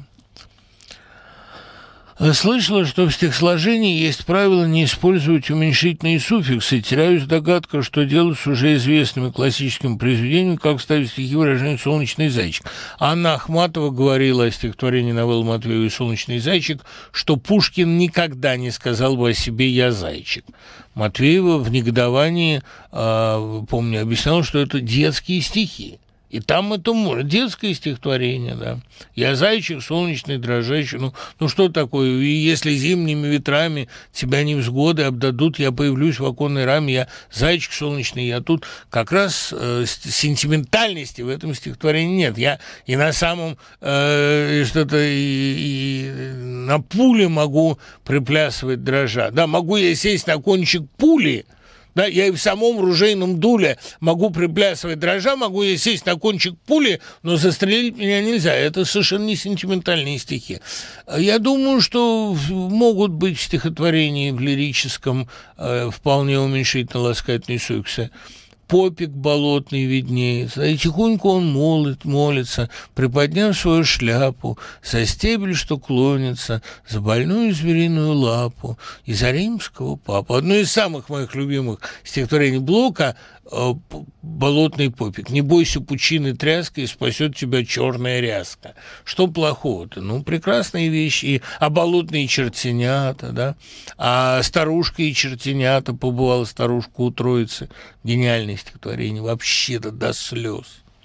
[SPEAKER 1] Слышала, что в стихосложении есть правило не использовать уменьшительные суффиксы. Теряюсь догадка, что делать с уже известными классическими произведениями, как ставить стихи выражению «солнечный зайчик». Анна Ахматова говорила о стихотворении новеллы Матвеевой «Солнечный зайчик», что Пушкин никогда не сказал бы о себе «я зайчик». Матвеева в негодовании, помню, объясняла, что это детские стихи. И там это детское стихотворение, да. «Я зайчик солнечный, дрожащий». Что такое? И если зимними ветрами тебя невзгоды обдадут, я появлюсь в оконной раме, я зайчик солнечный, я тут. Как раз сентиментальности в этом стихотворении нет. Я и на самом что-то и на пуле могу приплясывать дрожа. Да, могу я сесть на кончик пули. Да, я и в самом ружейном дуле могу приплясывать дрожа, могу я сесть на кончик пули, но застрелить меня нельзя. Это совершенно не сентиментальные стихи. Я думаю, что могут быть в стихотворении в лирическом вполне уменьшительно-ласкательные суффиксы. попик болотный виднеется, и тихонько он молится, приподняв свою шляпу, за стебель, что клонится, за больную звериную лапу и за римского папу. Одно из самых моих любимых стихотворений Блока «Болотный попик». «Не бойся пучины тряска, и спасет тебя черная ряска». Что плохого-то? Ну, прекрасные вещи. А болотные чертенята, да? А старушка и чертенята, побывала старушка у Троицы. Гениальное стихотворение. Вообще-то до слез.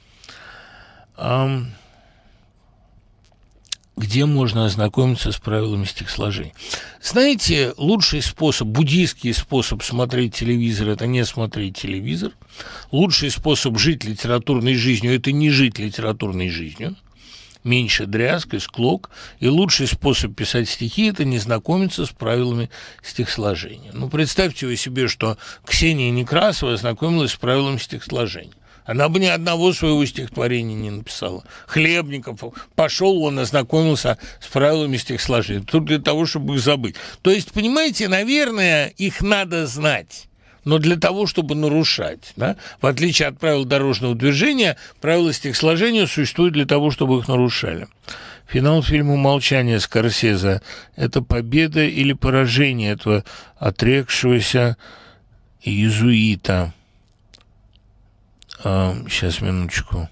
[SPEAKER 1] Где можно ознакомиться с правилами стихосложения? Знаете, лучший способ, буддийский способ смотреть телевизор – это не смотреть телевизор. Лучший способ жить литературной жизнью – это не жить литературной жизнью. Меньше дрязг и склок. И лучший способ писать стихи – это не знакомиться с правилами стихосложения. Ну, представьте вы себе, что Ксения Некрасова ознакомилась с правилами стихосложения. Она бы ни одного своего стихотворения не написала. Хлебников пошел, он ознакомился с правилами стихосложения. Тут для того, чтобы их забыть. То есть, понимаете, наверное, их надо знать, но для того, чтобы нарушать. Да? В отличие от правил дорожного движения, правила стихосложения существуют для того, чтобы их нарушали. Финал фильма «Молчание» Скорсезе – это победа или поражение этого отрекшегося иезуита. Сейчас, минуточку.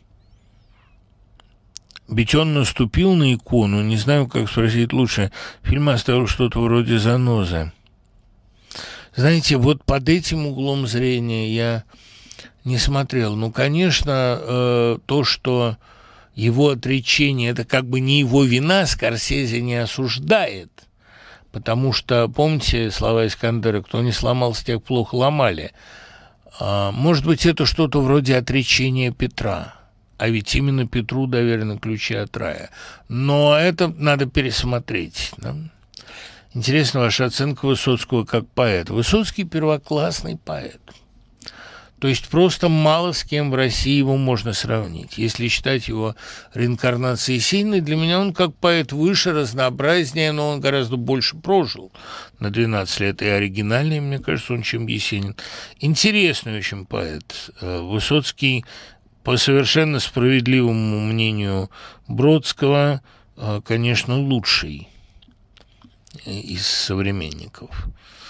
[SPEAKER 1] Ведь он наступил на икону, не знаю, как спросить лучше. Фильм оставил что-то вроде занозы. Знаете, вот под этим углом зрения я не смотрел. Ну, конечно, то, что его отречение – это как бы не его вина, Скорсезе не осуждает. Потому что, помните слова Искандера, кто не сломался, тех плохо ломали. Может быть, это что-то вроде отречения Петра, а ведь именно Петру доверены ключи от рая. Но это надо пересмотреть. Да? Интересна ваша оценка Высоцкого как поэта. Высоцкий – первоклассный поэт. То есть просто мало с кем в России его можно сравнить. Если считать его реинкарнацией Есенина, для меня он как поэт выше, разнообразнее, но он гораздо больше прожил на 12 лет. И оригинальнее, мне кажется, он, чем Есенин. Интересный очень поэт. Высоцкий, по совершенно справедливому мнению Бродского, конечно, лучший из современников.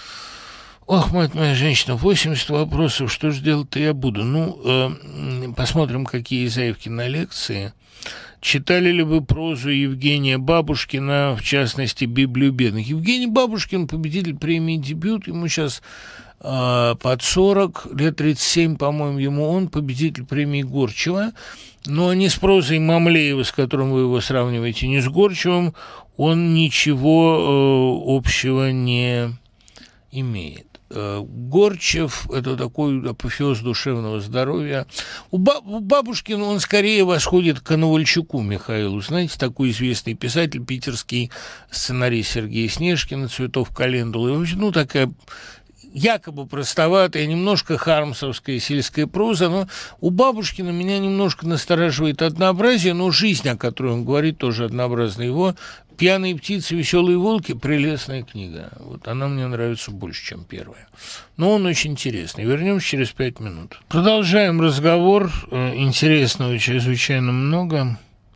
[SPEAKER 1] Ох, мать моя женщина, 80 вопросов, что же делать-то я буду? Ну, посмотрим, какие заявки на лекции. Читали ли вы прозу Евгения Бабушкина, в частности, «Библию бедных»? Евгений Бабушкин, победитель премии «Дебют», ему сейчас под 40, лет 37, по-моему, ему, он победитель премии Горчева, но не с прозой Мамлеева, с которым вы его сравниваете, не с Горчевым, он ничего общего не имеет. Горчев – это такой апофеоз душевного здоровья. У Бабушкина он скорее восходит к Коновальчуку Михаилу. Знаете, такой известный писатель, питерский сценарист Сергей Снежкин, «Цветов календулы». Ну, такая якобы простоватая, немножко хармсовская сельская проза, но у Бабушкина меня немножко настораживает однообразие, но жизнь, о которой он говорит, тоже однообразна. Его «Пьяные птицы, веселые волки» – прелестная книга. Вот она мне нравится больше, чем первая. Но он очень интересный. Вернемся через 5 минут. Продолжаем разговор. Интересного чрезвычайно много.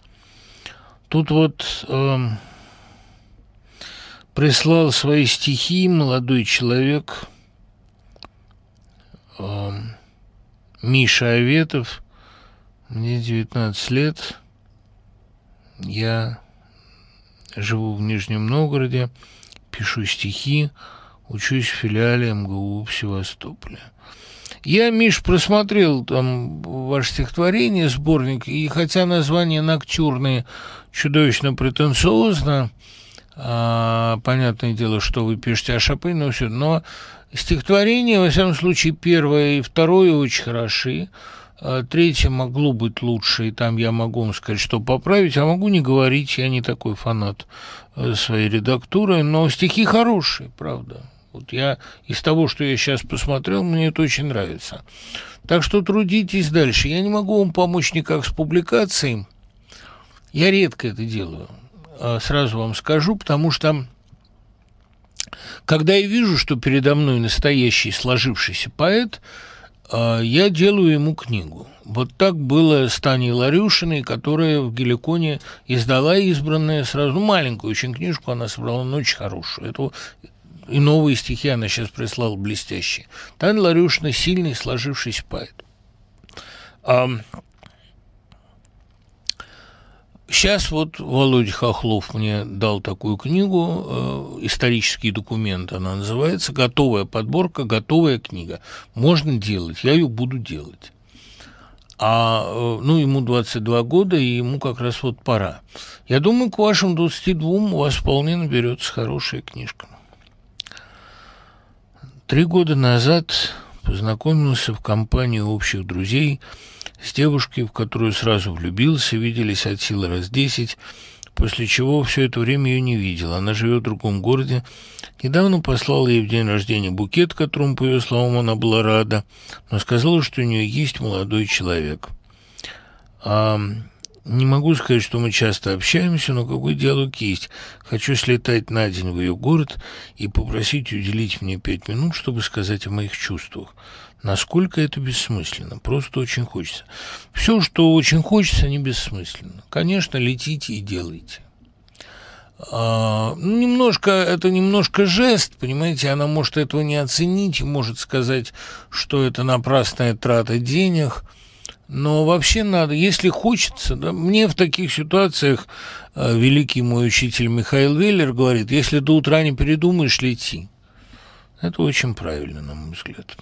[SPEAKER 1] Тут вот прислал свои стихи молодой человек Миша Аветов. Мне 19 лет. Я живу в Нижнем Новгороде, пишу стихи, учусь в филиале МГУ в Севастополе. Я, Миш, просмотрел там ваше стихотворение, сборник, и хотя название «Ноктюрны» чудовищно претенциозно, понятное дело, что вы пишете о Шопене, но стихотворение, во всяком случае, первое и второе очень хороши. Третье могло быть лучше, и там я могу вам сказать, что поправить, а могу не говорить, я не такой фанат своей редактуры, но стихи хорошие, правда. Вот я из того, что я сейчас посмотрел, мне это очень нравится. Так что трудитесь дальше. Я не могу вам помочь никак с публикацией, я редко это делаю, сразу вам скажу, потому что когда я вижу, что передо мной настоящий сложившийся поэт, Я делаю ему книгу. Вот так было с Таней Ларюшиной, которая в Геликоне издала избранная сразу маленькую очень книжку, она собрала, но очень хорошую. Это и новые стихи она сейчас прислала блестящие. Таня Ларюшина сильный, сложившийся поэт. Сейчас вот Володя Хохлов мне дал такую книгу, исторический документ она называется, готовая подборка, готовая книга. Можно делать, я ее буду делать. Ему 22 года, и ему как раз вот пора. Я думаю, к вашим 22 у вас вполне наберется хорошая книжка. 3 года назад познакомился в компании общих друзей с девушкой, в которую сразу влюбился, виделись от силы раз 10, после чего все это время ее не видел. Она живет в другом городе. Недавно послала ей в день рождения букет, которому, по ее словам, она была рада, но сказала, что у нее есть молодой человек. Не могу сказать, что мы часто общаемся, но какой диалог есть. Хочу слетать на день в ее город и попросить уделить мне 5 минут, чтобы сказать о моих чувствах. Насколько это бессмысленно? Просто очень хочется. Все, что очень хочется, не бессмысленно. Конечно, летите и делайте. Это немножко жест, понимаете, она может этого не оценить, может сказать, что это напрасная трата денег, но вообще надо, если хочется, да, мне в таких ситуациях великий мой учитель Михаил Веллер говорит, если до утра не передумаешь, лети. Это очень правильно, на мой взгляд.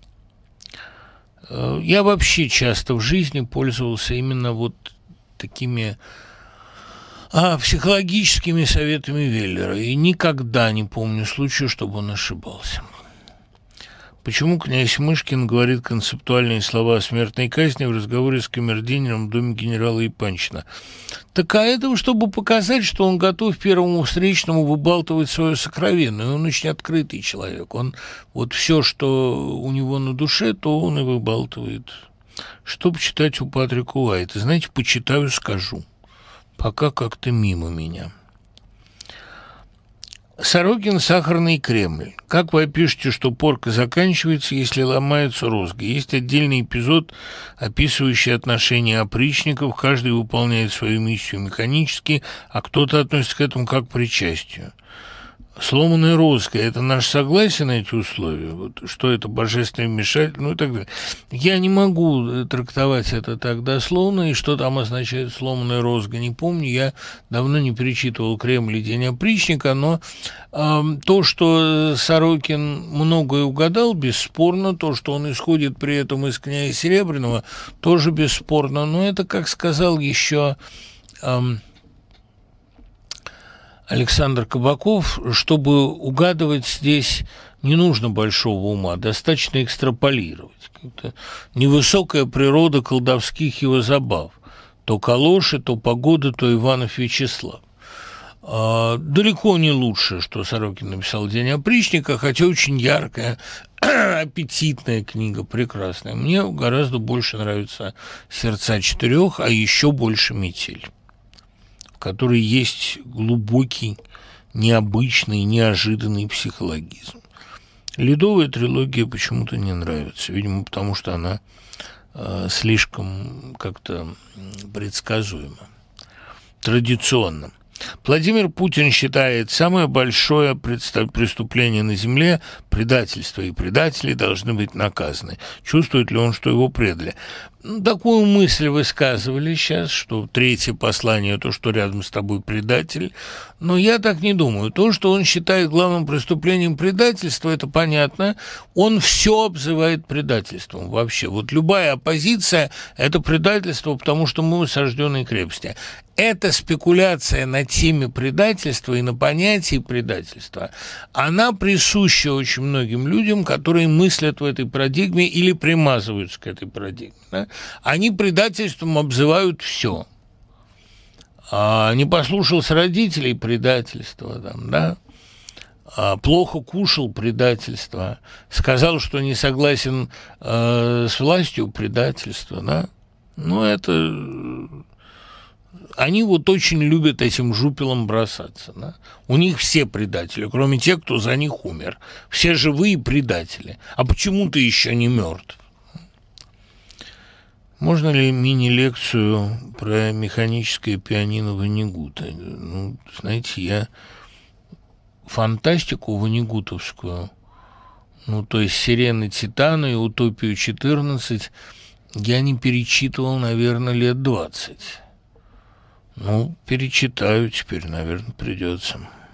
[SPEAKER 1] Я вообще часто в жизни пользовался именно вот такими психологическими советами Веллера, и никогда не помню случая, чтобы он ошибался. Почему князь Мышкин говорит концептуальные слова о смертной казни в разговоре с камердинером в доме генерала Ипанчина? Так это чтобы показать, что он готов первому встречному выбалтывать свое сокровенное. Он очень открытый человек. Он вот все, что у него на душе, то он и выбалтывает. Что почитать у Патрика Уайта? Знаете, почитаю, скажу. Пока как-то мимо меня. Сорокин «Сахарный Кремль». Как вы опишете, что порка заканчивается, если ломаются розги? Есть отдельный эпизод, описывающий отношения опричников. Каждый выполняет свою миссию механически, а кто-то относится к этому как к причастию. Сломанная розга – это наше согласие на эти условия? Вот, что это божественное вмешательство? Ну и так далее. Я не могу трактовать это так дословно, и что там означает сломанная розга, не помню. Я давно не перечитывал «Кремль и день опричника», но то, что Сорокин многое угадал, бесспорно. То, что он исходит при этом из князя Серебряного, тоже бесспорно. Но это, как сказал еще Александр Кабаков, чтобы угадывать здесь не нужно большого ума, достаточно экстраполировать. Это невысокая природа колдовских его забав. То калоши, то погода, то Иванов Вячеслав. Далеко не лучше, что Сорокин написал «День опричника», хотя очень яркая, аппетитная книга, прекрасная. Мне гораздо больше нравятся «Сердца четырех», а еще больше «Метель», в которой есть глубокий, необычный, неожиданный психологизм. «Ледовая трилогия» почему-то не нравится, видимо, потому что она слишком как-то предсказуема, традиционно. Владимир Путин считает, самое большое преступление на земле – предательство, и предатели должны быть наказаны. Чувствует ли он, что его предали? Такую мысль высказывали сейчас, что третье послание – то, что рядом с тобой предатель. Но я так не думаю. То, что он считает главным преступлением предательства, это понятно. Он все обзывает предательством вообще. Вот любая оппозиция – это предательство, потому что мы в осажденной крепости. Эта спекуляция на теме предательства и на понятии предательства, она присуща очень многим людям, которые мыслят в этой парадигме или примазываются к этой парадигме. Да? Они предательством обзывают все. Не послушался родителей – предательство, там, да? Плохо кушал – предательство, сказал, что не согласен с властью – предательство. Да? Ну, это... Они вот очень любят этим жупелом бросаться. Да? У них все предатели, кроме тех, кто за них умер. Все живые предатели. А почему ты еще не мертв? Можно ли мини-лекцию про механическое пианино Ванигута? Ну, знаете, я фантастику ванигутовскую, ну, то есть «Сирены Титана» и «Утопию-14» я не перечитывал, наверное, лет 20. Ну, перечитаю теперь, наверное, придется.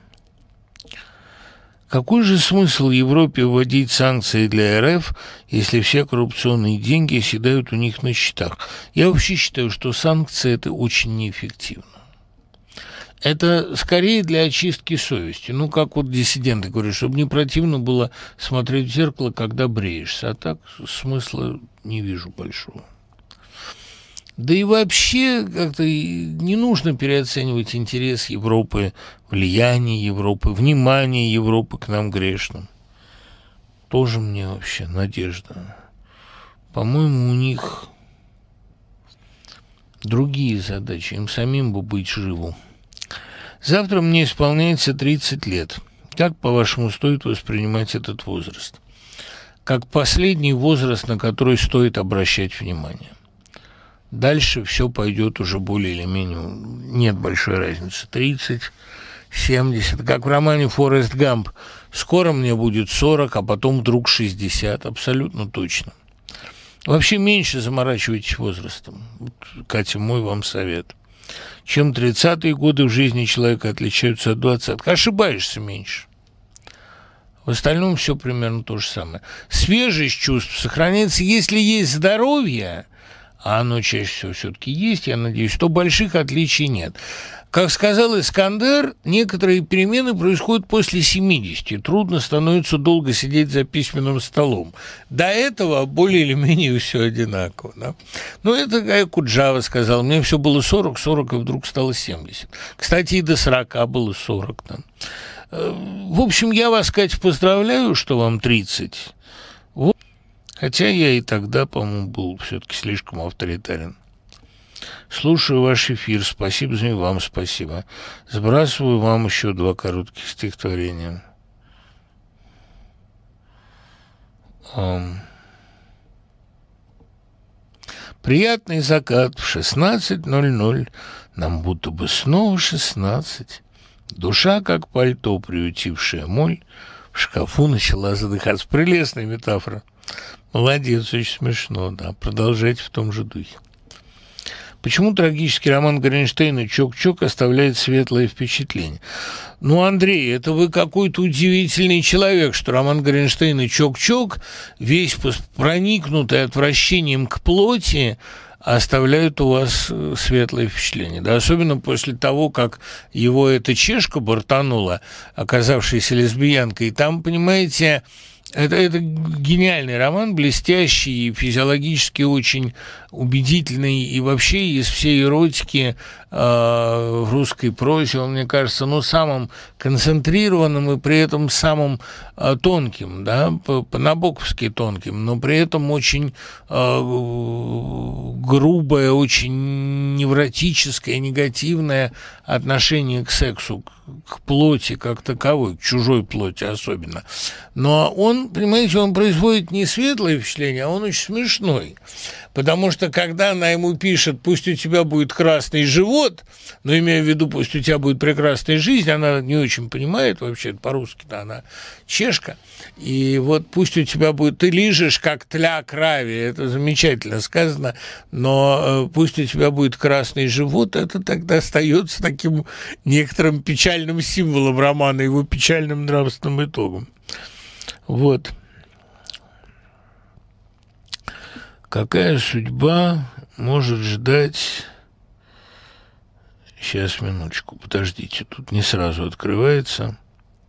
[SPEAKER 1] Какой же смысл Европе вводить санкции для РФ, если все коррупционные деньги оседают у них на счетах? Я вообще считаю, что санкции – это очень неэффективно. Это скорее для очистки совести. Ну, как вот диссиденты говорят, чтобы не противно было смотреть в зеркало, когда бреешься. А так смысла не вижу большого. Да и вообще как-то не нужно переоценивать интерес Европы, влияние Европы, внимание Европы к нам грешным. Тоже мне вообще надежда. По-моему, у них другие задачи. Им самим бы быть живу. Завтра мне исполняется 30 лет. Как, по-вашему, стоит воспринимать этот возраст? Как последний возраст, на который стоит обращать внимание. Дальше все пойдет уже более или менее, нет большой разницы. 30, 70, как в романе «Форест Гамп». Скоро мне будет 40, а потом вдруг 60, абсолютно точно. Вообще меньше заморачивайтесь возрастом. Вот, Катя, мой вам совет. Чем 30-е годы в жизни человека отличаются от 20-х? Ошибаешься меньше. В остальном все примерно то же самое. Свежесть чувств сохраняется, если есть здоровье, а оно чаще всего все-таки есть, я надеюсь, то больших отличий нет. Как сказал Искандер, некоторые перемены происходят после 70. Трудно становится долго сидеть за письменным столом. До этого более или менее все одинаково. Да? Но это как Куджава сказал, мне все было 40, и вдруг стало 70. Кстати, и до 40 было 40. Да? В общем, я вас, Катя, поздравляю, что вам 30. Вот. Хотя я и тогда, по-моему, был все-таки слишком авторитарен. Слушаю ваш эфир. Спасибо за вам, спасибо. Сбрасываю вам еще 2 коротких стихотворения. Приятный закат в 16:00. Нам будто бы снова 16. Душа, как пальто, приютившая моль, в шкафу начала задыхаться. Прелестная метафора. Молодец, очень смешно, да. Продолжайте в том же духе. Почему трагический роман Горенштейна «Чок-Чок» оставляет светлое впечатление? Ну, Андрей, это вы какой-то удивительный человек, что роман Горенштейна «Чок-Чок», весь проникнутый отвращением к плоти, оставляют у вас светлое впечатление. Да, особенно после того, как его эта чешка бортанула, оказавшаяся лесбиянкой. И там, понимаете, это гениальный роман, блестящий, физиологически очень убедительный, и вообще из всей эротики в русской прозе он, мне кажется, самым концентрированным и при этом самым тонким, да, по-набоковски тонким, но при этом очень грубое, очень невротическое, негативное отношение к сексу, к плоти как таковой, к чужой плоти особенно. Но он, понимаете, он производит не светлое впечатление, а он очень смешной. Потому что, когда она ему пишет, пусть у тебя будет красный живот, но имея в виду, пусть у тебя будет прекрасная жизнь, она не очень понимает вообще, по-русски-то она чешка, и вот пусть у тебя будет, ты лижешь, как тля крави, это замечательно сказано, но пусть у тебя будет красный живот, это тогда остается таким некоторым печальным символом романа, его печальным нравственным итогом. Вот. Какая судьба может ждать... Сейчас, минуточку, подождите, тут не сразу открывается.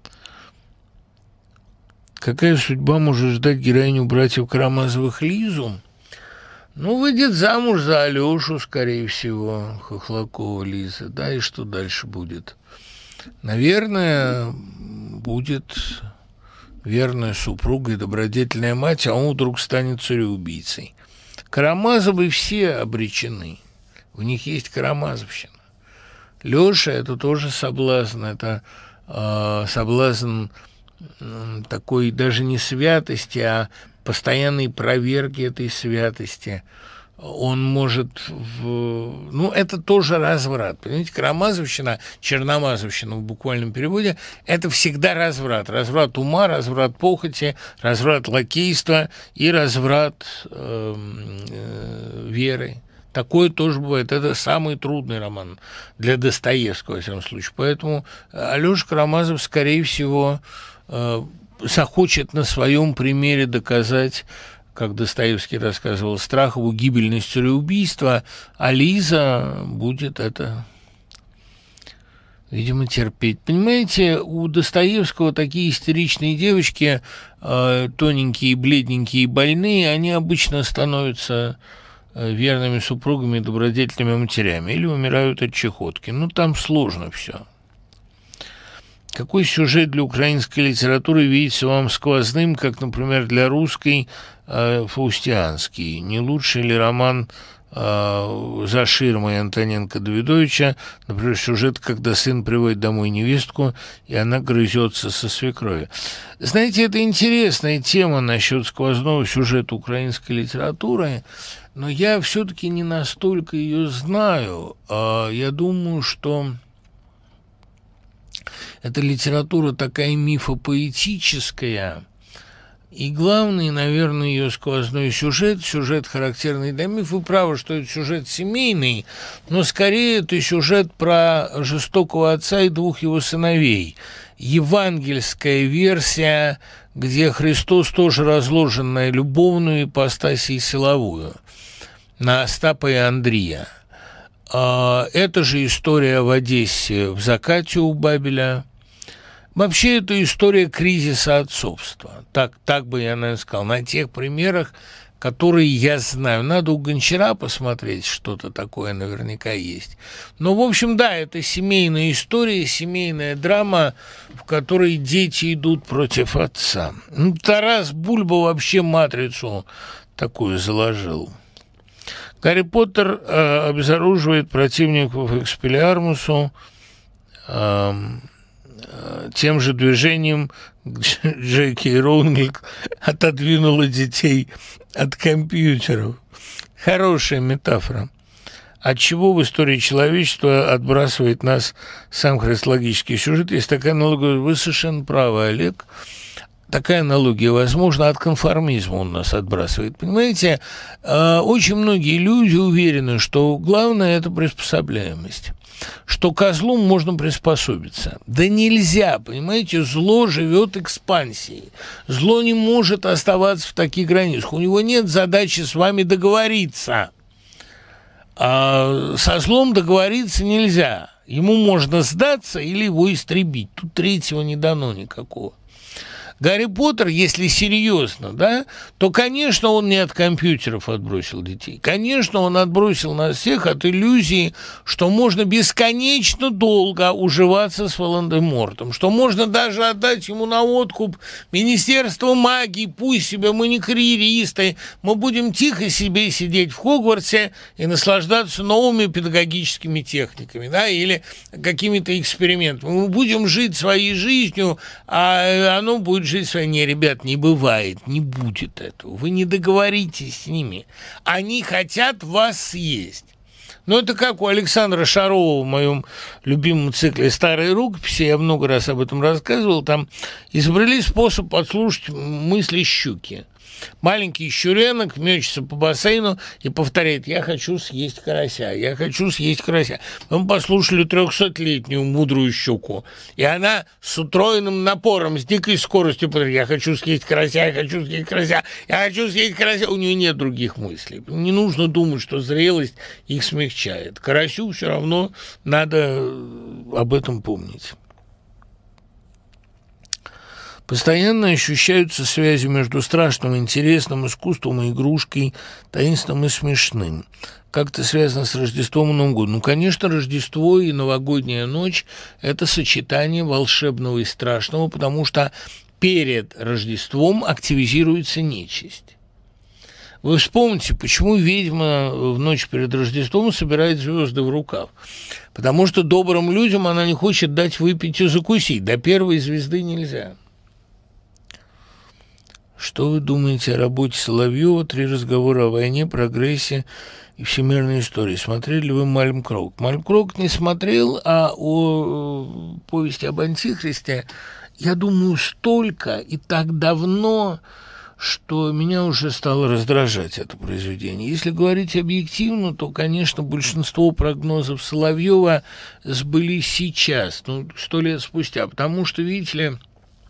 [SPEAKER 1] Какая судьба может ждать героиню братьев Карамазовых Лизу? Ну, выйдет замуж за Алёшу, скорее всего, Хохлакова Лиза. Да, и что дальше будет? Наверное, будет верная супруга и добродетельная мать, а он вдруг станет цареубийцей. Карамазовы все обречены. У них есть карамазовщина. Лёша – это тоже соблазн. Это соблазн такой даже не святости, а постоянной проверки этой святости. он может... Ну, это тоже разврат. Понимаете, карамазовщина, черномазовщина в буквальном переводе, это всегда разврат. Разврат ума, разврат похоти, разврат лакейства и разврат веры. Такое тоже бывает. Это самый трудный роман для Достоевского, во всяком случае. Поэтому Алёша Карамазов, скорее всего, захочет на своем примере доказать, как Достоевский рассказывал Страхову, гибельность цареубийства, а Лиза будет это, видимо, терпеть. Понимаете, у Достоевского такие истеричные девочки, тоненькие, бледненькие и больные, они обычно становятся верными супругами и добродетельными матерями или умирают от чехотки. Ну, там сложно все. Какой сюжет для украинской литературы видится вам сквозным, как, например, для русской фаустианский? Не лучший ли роман «За ширмой» Антоненко Давидовича, например, сюжет, когда сын приводит домой невестку, и она грызется со свекровью? Знаете, это интересная тема насчет сквозного сюжета украинской литературы, но я все-таки не настолько ее знаю. Я думаю, что эта литература такая мифопоэтическая, и главный, наверное, ее сквозной сюжет, характерный для мифа. Вы правы, что это сюжет семейный, но скорее это сюжет про жестокого отца и двух его сыновей. Евангельская версия, где Христос тоже разложен на любовную ипостась и силовую, на Остапа и Андрея. Это же история в Одессе в закате у Бабеля. Вообще, это история кризиса отцовства. Так бы я, наверное, сказал, на тех примерах, которые я знаю. Надо у Гончара посмотреть, что-то такое наверняка есть. Но, в общем, да, это семейная история, семейная драма, в которой дети идут против отца. Ну, Тарас Бульба вообще матрицу такую заложил. Гарри Поттер обезоруживает противников Экспеллиармусу тем же движением Джеки Роулинг отодвинула детей от компьютеров. Хорошая метафора. Отчего в истории человечества отбрасывает нас сам христологический сюжет? Есть такая аналогия. Вы совершенно правы, Олег. Такая аналогия возможна, от конформизма он нас отбрасывает. Понимаете, очень многие люди уверены, что главное – это приспособляемость, что козлу можно приспособиться. Да нельзя, понимаете, зло живет экспансией. Зло не может оставаться в таких границах. У него нет задачи с вами договориться. А со злом договориться нельзя. Ему можно сдаться или его истребить. Тут третьего не дано никакого. Гарри Поттер, если серьезно, да, то, конечно, он не от компьютеров отбросил детей. Конечно, он отбросил нас всех от иллюзии, что можно бесконечно долго уживаться с Волан-де-Мортом, что можно даже отдать ему на откуп Министерство магии, пусть себе мы не карьеристы, мы будем тихо себе сидеть в Хогвартсе и наслаждаться новыми педагогическими техниками, да, или какими-то экспериментами. Мы будем жить своей жизнью, а оно будет жить своей. Не, ребят, не бывает, не будет этого. Вы не договоритесь с ними. Они хотят вас съесть. Но это как у Александра Шарова в моем любимом цикле «Старые рукописи», я много раз об этом рассказывал, там изобрели способ подслушать мысли щуки. Маленький щуренок мечется по бассейну и повторяет: «Я хочу съесть карася, я хочу съесть карася». Мы послушали 300-летнюю мудрую щуку, и она с утроенным напором, с дикой скоростью повторяет: «Я хочу съесть карася, я хочу съесть карася, я хочу съесть карася». У нее нет других мыслей. Не нужно думать, что зрелость их смягчает. Карасю все равно надо об этом помнить. Постоянно ощущаются связи между страшным, интересным, искусством и игрушкой, таинственным и смешным. Как-то связано с Рождеством и Новым годом. Ну, конечно, Рождество и новогодняя ночь – это сочетание волшебного и страшного, потому что перед Рождеством активизируется нечисть. Вы вспомните, почему ведьма в ночь перед Рождеством собирает звезды в рукав. Потому что добрым людям она не хочет дать выпить и закусить. До первой звезды нельзя. Что вы думаете о работе Соловьева «Три разговора о войне, прогрессе и всемирной истории»? Смотрели ли вы Малькольм? Малькольм не смотрел, а о повести об Антихристе, я думаю, столько и так давно, что меня уже стало раздражать это произведение. Если говорить объективно, то, конечно, большинство прогнозов Соловьева сбылись сейчас, 100 лет спустя, потому что, видите ли,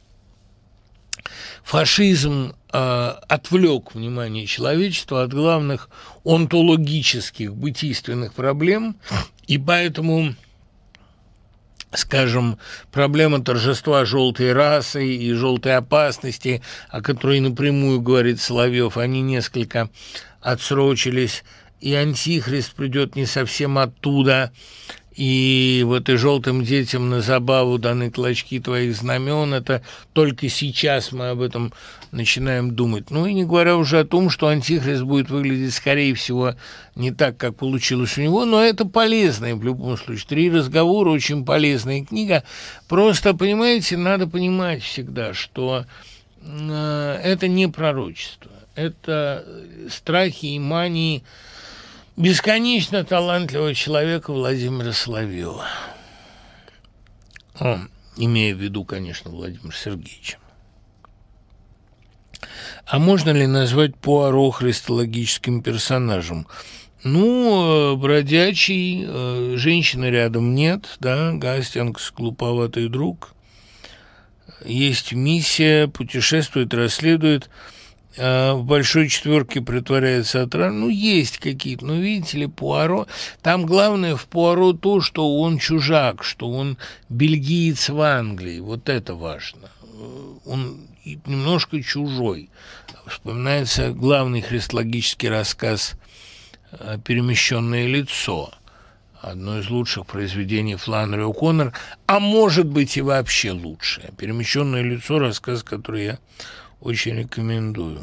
[SPEAKER 1] фашизм отвлек внимание человечества от главных онтологических, бытийственных проблем, и поэтому, скажем, проблема торжества желтой расы и желтой опасности, о которой напрямую говорит Соловьев, они несколько отсрочились, и Антихрист придет не совсем оттуда, и вот и желтым детям на забаву даны клочки твоих знамен. Это только сейчас мы об этом начинаем думать. Ну и не говоря уже о том, что Антихрист будет выглядеть, скорее всего, не так, как получилось у него, но это полезно в любом случае. «Три разговора» — очень полезная книга. Просто, понимаете, надо понимать всегда, что это не пророчество. Это страхи и мании бесконечно талантливого человека Владимира Соловьева. Имея в виду, конечно, Владимира Сергеевича. А можно ли назвать Пуаро христологическим персонажем? Бродячий, женщины рядом нет, да, Гастингс, глуповатый друг. Есть миссия, путешествует, расследует. В «Большой четверке» притворяется отравлен. Есть какие-то, но видите ли, Пуаро, там главное в Пуаро то, что он чужак, что он бельгиец в Англии, вот это важно. Он немножко чужой. Вспоминается главный христологический рассказ «Перемещенное лицо», одно из лучших произведений Фланнери О'Коннор, а может быть и вообще лучшее. «Перемещенное лицо» — рассказ, который я очень рекомендую.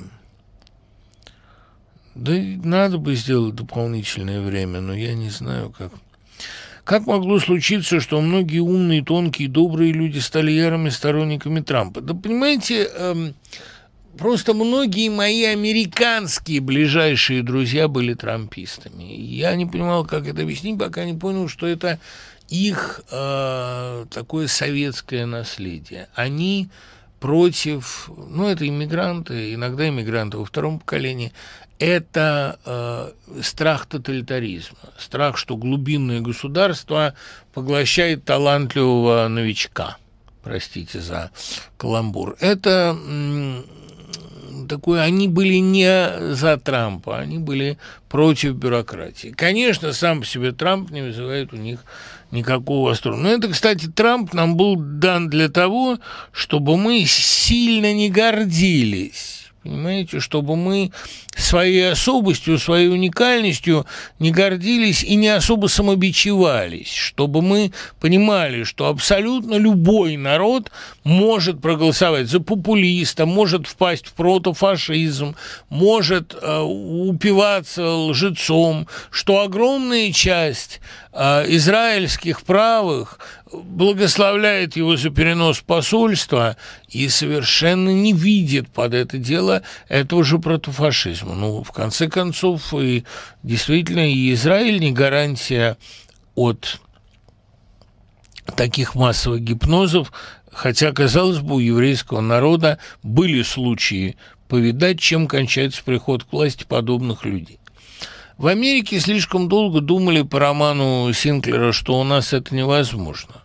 [SPEAKER 1] Да надо бы сделать дополнительное время, но я не знаю, как. Как могло случиться, что многие умные, тонкие, добрые люди стали ярыми сторонниками Трампа? Да понимаете, просто многие мои американские ближайшие друзья были трампистами. Я не понимал, как это объяснить, пока не понял, что это их такое советское наследие. Они против, это иммигранты, иногда иммигранты во втором поколении, это страх тоталитаризма, страх, что глубинное государство поглощает талантливого новичка. Простите за каламбур. Это такое, они были не за Трампа, они были против бюрократии. Конечно, сам по себе Трамп не вызывает у них никакого восторга. Но это, кстати, Трамп нам был дан для того, чтобы мы сильно не гордились. Понимаете, чтобы мы своей особостью, своей уникальностью не гордились и не особо самобичевались, чтобы мы понимали, что абсолютно любой народ может проголосовать за популиста, может впасть в протофашизм, может упиваться лжецом, что огромная часть израильских правых благословляет его за перенос посольства и совершенно не видит под это дело этого же протофашизма. В конце концов, и действительно, и Израиль не гарантия от таких массовых гипнозов, хотя, казалось бы, у еврейского народа были случаи повидать, чем кончается приход к власти подобных людей. В Америке слишком долго думали по роману Синклера, что у нас это невозможно.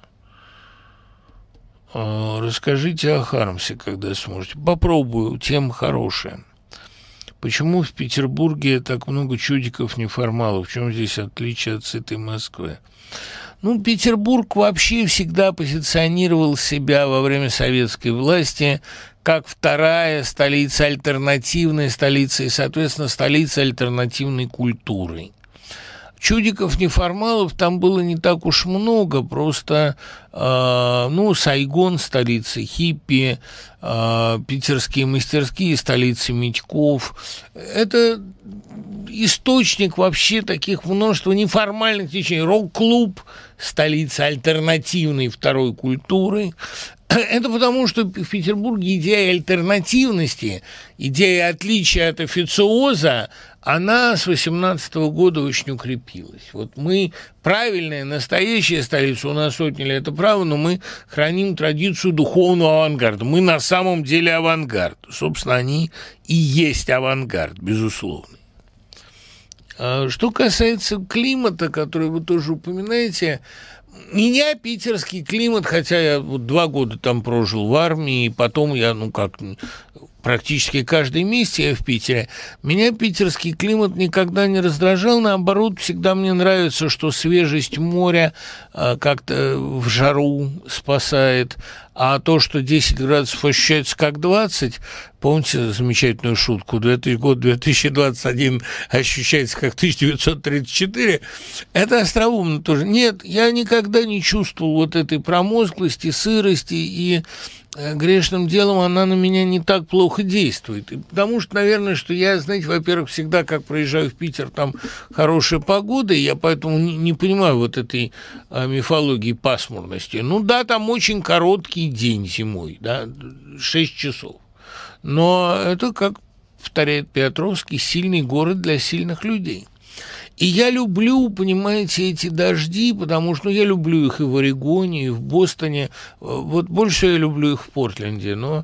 [SPEAKER 1] Расскажите о Хармсе, когда сможете. Попробую, тема хорошая. Почему в Петербурге так много чудиков-неформалов? В чем здесь отличие от сытой Москвы? Петербург вообще всегда позиционировал себя во время советской власти как вторая столица, альтернативная столица и, соответственно, столица альтернативной культуры. Чудиков-неформалов там было не так уж много, просто, Сайгон – столица хиппи, питерские мастерские – столица Митьков. Это источник вообще таких множества неформальных течений. Рок-клуб – столица альтернативной второй культуры. Это потому, что в Петербурге идея альтернативности, идея отличия от официоза, она с 18 года очень укрепилась. Вот мы правильная, настоящая столица, у нас отняли это право, но мы храним традицию духовного авангарда. Мы на самом деле авангард. Собственно, они и есть авангард, безусловно. Что касается климата, который вы тоже упоминаете, меня питерский климат, хотя я вот 2 года там прожил в армии, и потом я, практически каждый месяц я в Питере, меня питерский климат никогда не раздражал, наоборот, всегда мне нравится, что свежесть моря как-то в жару спасает, а то, что 10 градусов ощущается как 20, помните замечательную шутку, год 2021 ощущается как 1934, это остроумно тоже. Нет, я никогда не чувствовал вот этой промозглости, сырости, и грешным делом она на меня не так плохо действует. И потому что, наверное, что я, знаете, во-первых, всегда, как проезжаю в Питер, там хорошая погода, и я поэтому не понимаю вот этой мифологии пасмурности. Ну да, там очень короткий день зимой, да, 6 часов. Но это, как повторяет Петровский, сильный город для сильных людей. И я люблю, понимаете, эти дожди, потому что я люблю их и в Орегоне, и в Бостоне. Вот больше я люблю их в Портленде, но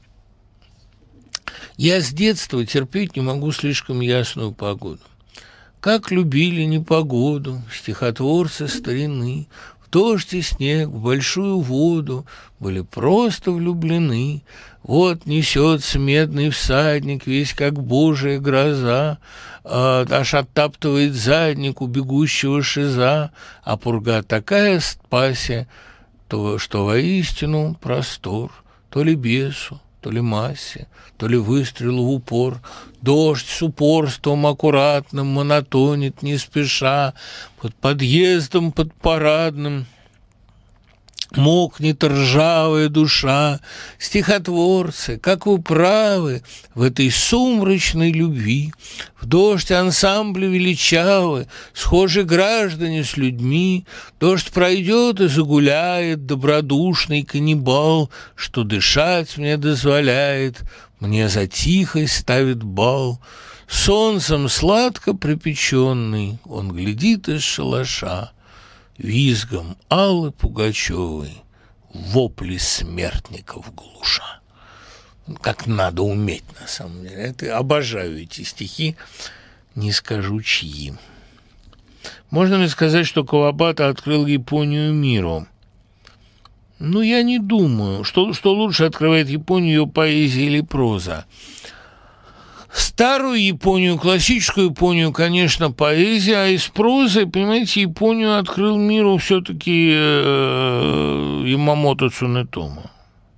[SPEAKER 1] я с детства терпеть не могу слишком ясную погоду. Как любили непогоду стихотворцы старины, в дождь и снег, в большую воду были просто влюблены. Вот несется медный всадник, весь как божья гроза, аж оттаптывает задник у бегущего шиза, а пурга такая спася, что воистину простор, то ли бесу, то ли массе, то ли выстрелу в упор. Дождь с упорством аккуратным монотонит не спеша, под подъездом, под парадным мокнет ржавая душа. Стихотворцы, как вы правы в этой сумрачной любви, в дождь ансамбли величавы, схожи граждане с людьми. Дождь пройдет и загуляет добродушный каннибал, что дышать мне дозволяет, мне за тихость ставит бал. Солнцем сладко припеченный он глядит из шалаша, визгом Аллы Пугачевой вопли смертников глуша. Как надо уметь, на самом деле. Это обожаю эти стихи, не скажу чьи. Можно ли сказать, что Кавабата открыл Японию миру? Ну, я не думаю. Что лучше открывает Японию, ее поэзия или проза? Старую Японию, классическую Японию, конечно, поэзия, а из прозы, понимаете, Японию открыл миру все-таки Ямамото Цунетомо,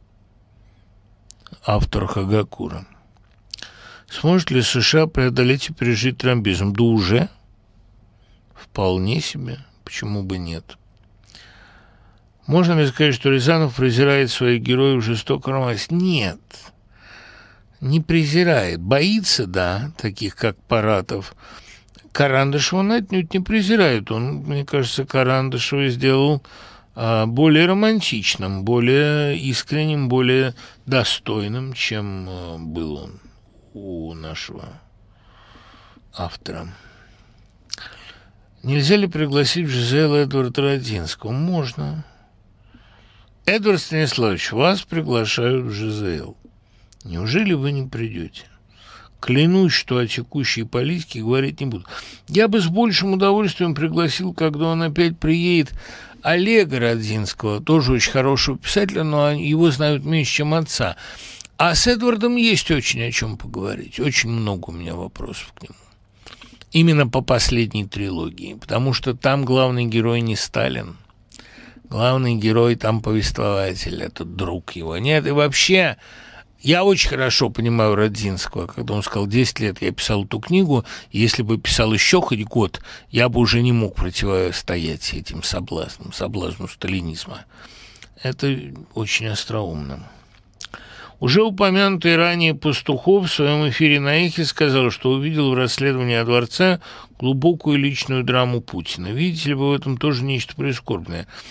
[SPEAKER 1] автор Хагакура. Сможет ли США преодолеть и пережить тромбизм? Да уже. Вполне себе. Почему бы нет? Можно ли сказать, что Рязанов презирает своих героев жестоко романтично? Нет. Не презирает. Боится, да, таких как Паратов. Карандашева он отнюдь не презирает. Он, мне кажется, Карандашева сделал более романтичным, более искренним, более достойным, чем был он у нашего автора. Нельзя ли пригласить в Жизель Эдварда Родзинского? Можно. Эдвард Станиславович, вас приглашают в Жизель. Неужели вы не придете? Клянусь, что о текущей политике говорить не буду. Я бы с большим удовольствием пригласил, когда он опять приедет, Олега Родзинского, тоже очень хорошего писателя, но его знают меньше, чем отца. А с Эдвардом есть очень о чем поговорить. Очень много у меня вопросов к нему. Именно по последней трилогии, потому что там главный герой не Сталин. Главный герой там повествователь, это друг его. Нет, и вообще... Я очень хорошо понимаю Родзинского, когда он сказал, 10 лет я писал эту книгу, и если бы писал еще хоть год, я бы уже не мог противостоять этим соблазну сталинизма. Это очень остроумно. Уже упомянутый ранее Пастухов в своем эфире на «Эхе» сказал, что увидел в расследовании о дворце глубокую личную драму Путина. Видите ли вы в этом тоже нечто прискорбное?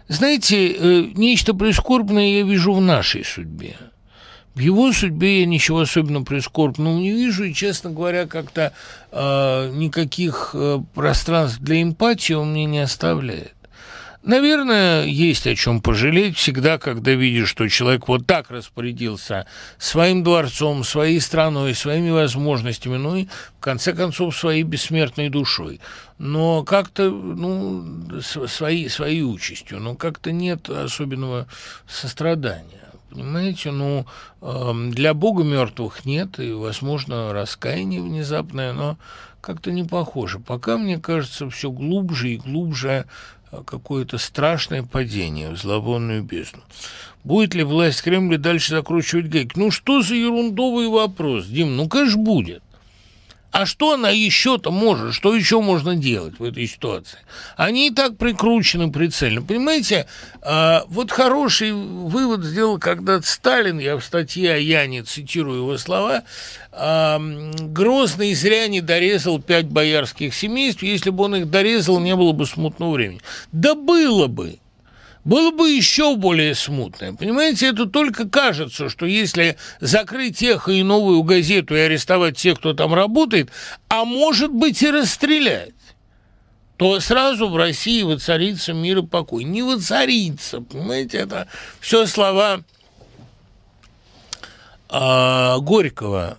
[SPEAKER 1] Знаете, нечто прискорбное я вижу в нашей судьбе. В его судьбе я ничего особенно прискорбного не вижу, и, честно говоря, как-то никаких пространств для эмпатии он мне не оставляет. Наверное, есть о чем пожалеть всегда, когда видишь, что человек вот так распорядился своим дворцом, своей страной, своими возможностями, ну и, в конце концов, своей бессмертной душой. Но как-то, своей участью, но как-то нет особенного сострадания. Понимаете, для Бога мертвых нет, и, возможно, раскаяние внезапное, но как-то не похоже. Пока, мне кажется, все глубже и глубже какое-то страшное падение в зловонную бездну. Будет ли власть Кремля дальше закручивать гайки? Что за ерундовый вопрос, Дим? Конечно, будет. А что она еще-то может? Что еще можно делать в этой ситуации? Они и так прикручены прицельно. Понимаете, вот хороший вывод сделал когда-то Сталин, я в статье о Яне цитирую его слова, Грозный зря не дорезал 5 боярских семейств, если бы он их дорезал, не было бы смутного времени. Да было бы. Было бы еще более смутное. Понимаете, это только кажется, что если закрыть Эхо и Новую газету и арестовать тех, кто там работает, а может быть и расстрелять, то сразу в России воцарится мир и покой. Не воцарится, понимаете, это все слова Горького.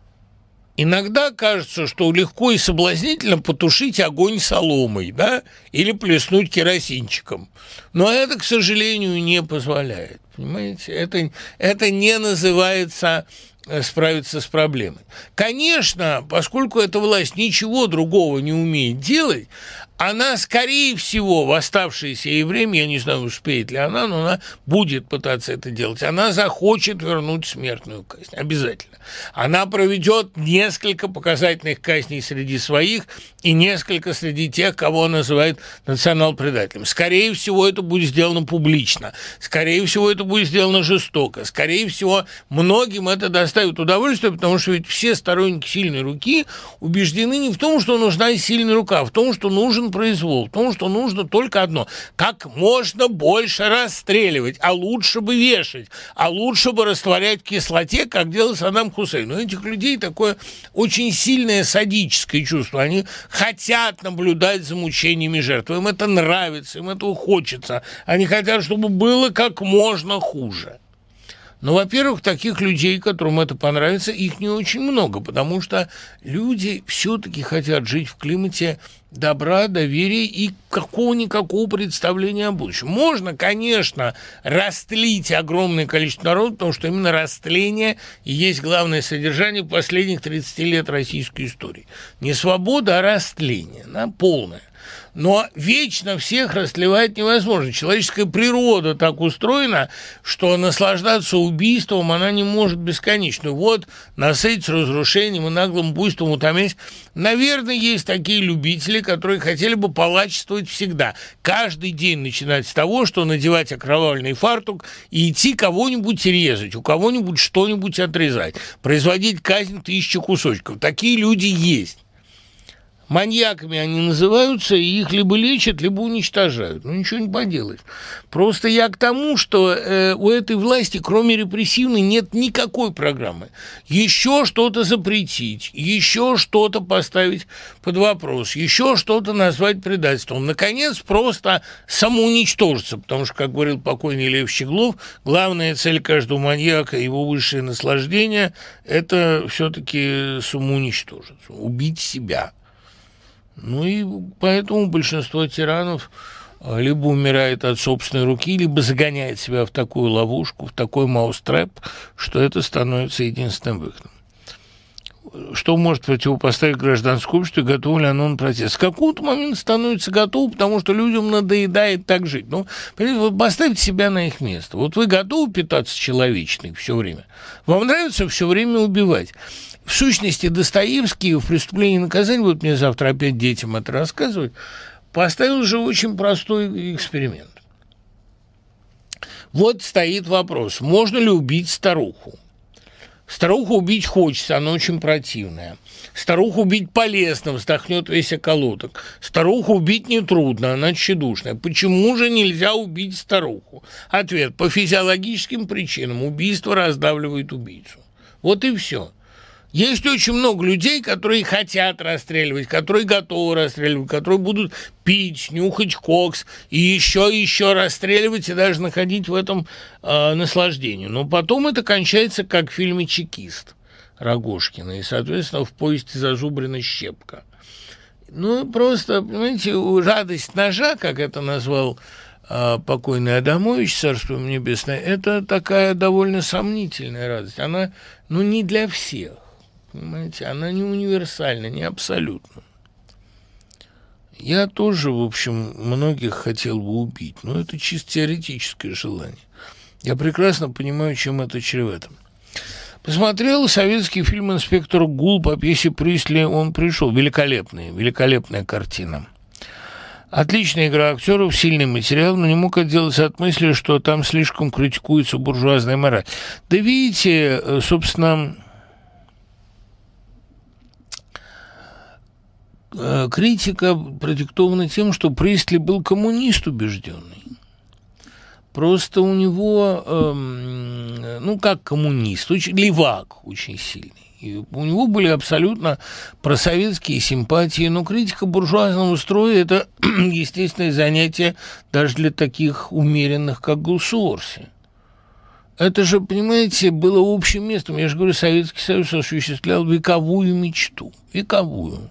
[SPEAKER 1] Иногда кажется, что легко и соблазнительно потушить огонь соломой, да, или плеснуть керосинчиком. Но это, к сожалению, не позволяет. Понимаете, это не называется справиться с проблемой. Конечно, поскольку эта власть ничего другого не умеет делать, она, скорее всего, в оставшееся ей время, я не знаю, успеет ли она, но она будет пытаться это делать. Она захочет вернуть смертную казнь. Обязательно. Она проведет несколько показательных казней среди своих и несколько среди тех, кого она называет национал-предателем. Скорее всего, это будет сделано публично. Скорее всего, это будет сделано жестоко. Скорее всего, многим это доставит удовольствие, потому что ведь все сторонники сильной руки убеждены не в том, что нужна сильная рука, а в том, что нужен произвол, в том, что нужно только одно – как можно больше расстреливать, а лучше бы вешать, а лучше бы растворять в кислоте, как делал Саддам Хусейн. У этих людей такое очень сильное садическое чувство. Они хотят наблюдать за мучениями жертв. Им это нравится, им этого хочется. Они хотят, чтобы было как можно хуже. Но, во-первых, таких людей, которым это понравится, их не очень много, потому что люди все-таки хотят жить в климате добра, доверия и какого-никакого представления о будущем. Можно, конечно, растлить огромное количество народа, потому что именно растление и есть главное содержание последних 30 лет российской истории. Не свобода, а растление, полное. Но вечно всех растлевать невозможно. Человеческая природа так устроена, что наслаждаться убийством она не может бесконечно. Вот насытиться разрушением и наглым буйством утомить. Наверное, есть такие любители, которые хотели бы палачествовать всегда. Каждый день начинать с того, что надевать окровавленный фартук и идти кого-нибудь резать, у кого-нибудь что-нибудь отрезать, производить казнь 1000 кусочков. Такие люди есть. Маньяками они называются, и их либо лечат, либо уничтожают. Ничего не поделаешь. Просто я к тому, что у этой власти, кроме репрессивной, нет никакой программы. Еще что-то запретить, еще что-то поставить под вопрос, еще что-то назвать предательством. Наконец, просто самоуничтожиться, потому что, как говорил покойный Лев Щеглов, главная цель каждого маньяка, его высшее наслаждение – это все-таки самоуничтожиться, убить себя. И поэтому большинство тиранов либо умирает от собственной руки, либо загоняет себя в такую ловушку, в такой маустрэп, что это становится единственным выходом. Что может противопоставить гражданское общество и готово ли оно на протест? С какого-то момента становится готово, потому что людям надоедает так жить. Вот поставьте себя на их место. Вот вы готовы питаться человечной все время? Вам нравится все время убивать? В сущности, Достоевский в «Преступлении и наказании», вот мне завтра опять детям это рассказывать, поставил же очень простой эксперимент. Вот стоит вопрос, можно ли убить старуху? Старуху убить хочется, она очень противная. Старуху убить полезно, вздохнет весь околоток. Старуху убить нетрудно, она тщедушная. Почему же нельзя убить старуху? Ответ: по физиологическим причинам. Убийство раздавливает убийцу. Вот и все. Есть очень много людей, которые хотят расстреливать, которые готовы расстреливать, которые будут пить, нюхать кокс и еще расстреливать и даже находить в этом наслаждение. Но потом это кончается, как в фильме «Чекист» Рогожкина, и, соответственно, в повести «Зазубрина щепка». Ну, просто, понимаете, радость ножа, как это назвал покойный Адамович, царство ему небесное, это такая довольно сомнительная радость. Она, не для всех. Понимаете, она не универсальна, не абсолютна. Я тоже, в общем, многих хотел бы убить, но это чисто теоретическое желание. Я прекрасно понимаю, чем это чревато. Посмотрел советский фильм «Инспектор Гул» по пьесе Присли «Он пришел». Великолепная картина. Отличная игра актеров, сильный материал, но не мог отделаться от мысли, что там слишком критикуется буржуазная мораль. Да видите, собственно... Критика продиктована тем, что Присли был коммунист убежденный. Просто у него, как коммунист, левак очень сильный. И у него были абсолютно просоветские симпатии, но критика буржуазного строя – это естественное занятие даже для таких умеренных, как Гулсуорси. Это же, понимаете, было общим местом. Я же говорю, Советский Союз осуществлял вековую мечту. Вековую.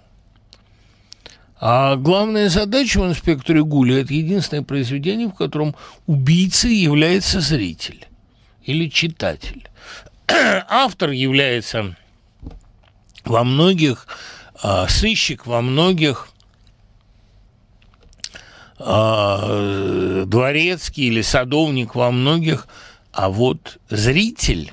[SPEAKER 1] А главная задача в «Инспекторе Гуле» – это единственное произведение, в котором убийцей является зритель или читатель. Автор является во многих, сыщик во многих, дворецкий или садовник во многих, а вот зритель,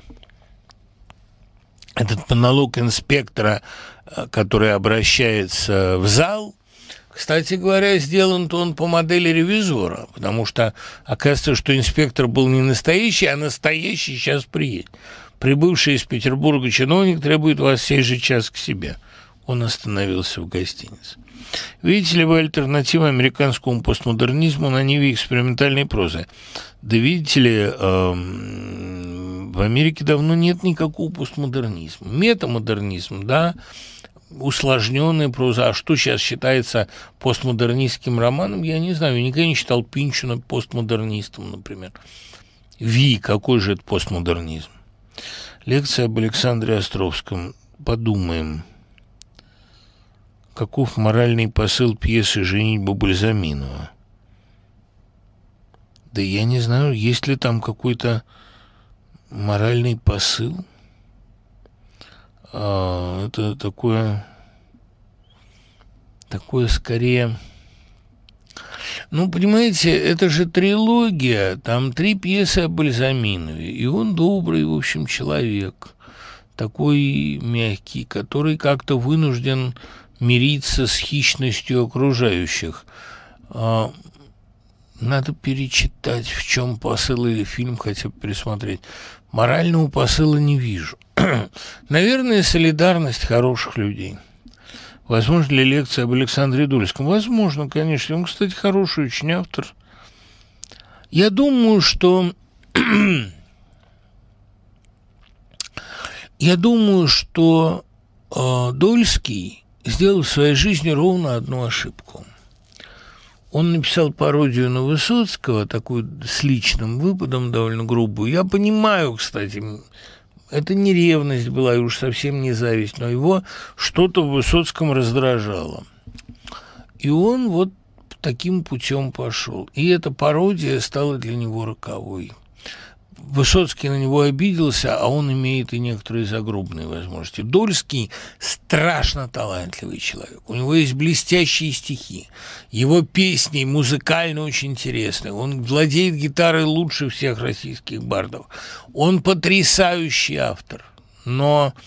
[SPEAKER 1] этот монолог инспектора, который обращается в зал, кстати говоря, сделан-то он по модели ревизора, потому что оказывается, что инспектор был не настоящий, а настоящий сейчас приедет. Прибывший из Петербурга чиновник требует вас сей же час к себе. Он остановился в гостинице. Видите ли вы альтернативу американскому постмодернизму на ниве экспериментальной прозы? Да видите ли, в Америке давно нет никакого постмодернизма. Метамодернизм, да, усложненная проза. А что сейчас считается постмодернистским романом, я не знаю. Я никогда не считал Пинчина постмодернистом, например. Какой же это постмодернизм? Лекция об Александре Островском. Подумаем. Каков моральный посыл пьесы «Женитьба Бальзаминова»? Да я не знаю, есть ли там какой-то моральный посыл. Это такое скорее... понимаете, это же трилогия, там 3 пьесы о Бальзаминове, и он добрый, в общем, человек, такой мягкий, который как-то вынужден мириться с хищностью окружающих. Надо перечитать, в чем посыл, или фильм хотя бы пересмотреть. Морального посыла не вижу. Наверное, солидарность хороших людей. Возможно ли лекция об Александре Дульском? Возможно, конечно. Он, кстати, хороший очень автор. Я думаю, что Дольский сделал в своей жизни ровно одну ошибку. Он написал пародию на Высоцкого, такую с личным выпадом, довольно грубую. Я понимаю, кстати, это не ревность была, и уж совсем не зависть, но его что-то в Высоцком раздражало. И он вот таким путем пошел. И эта пародия стала для него роковой. Высоцкий на него обиделся, а он имеет и некоторые загробные возможности. Дольский страшно талантливый человек. У него есть блестящие стихи. Его песни музыкально очень интересные. Он владеет гитарой лучше всех российских бардов. Он потрясающий автор. Но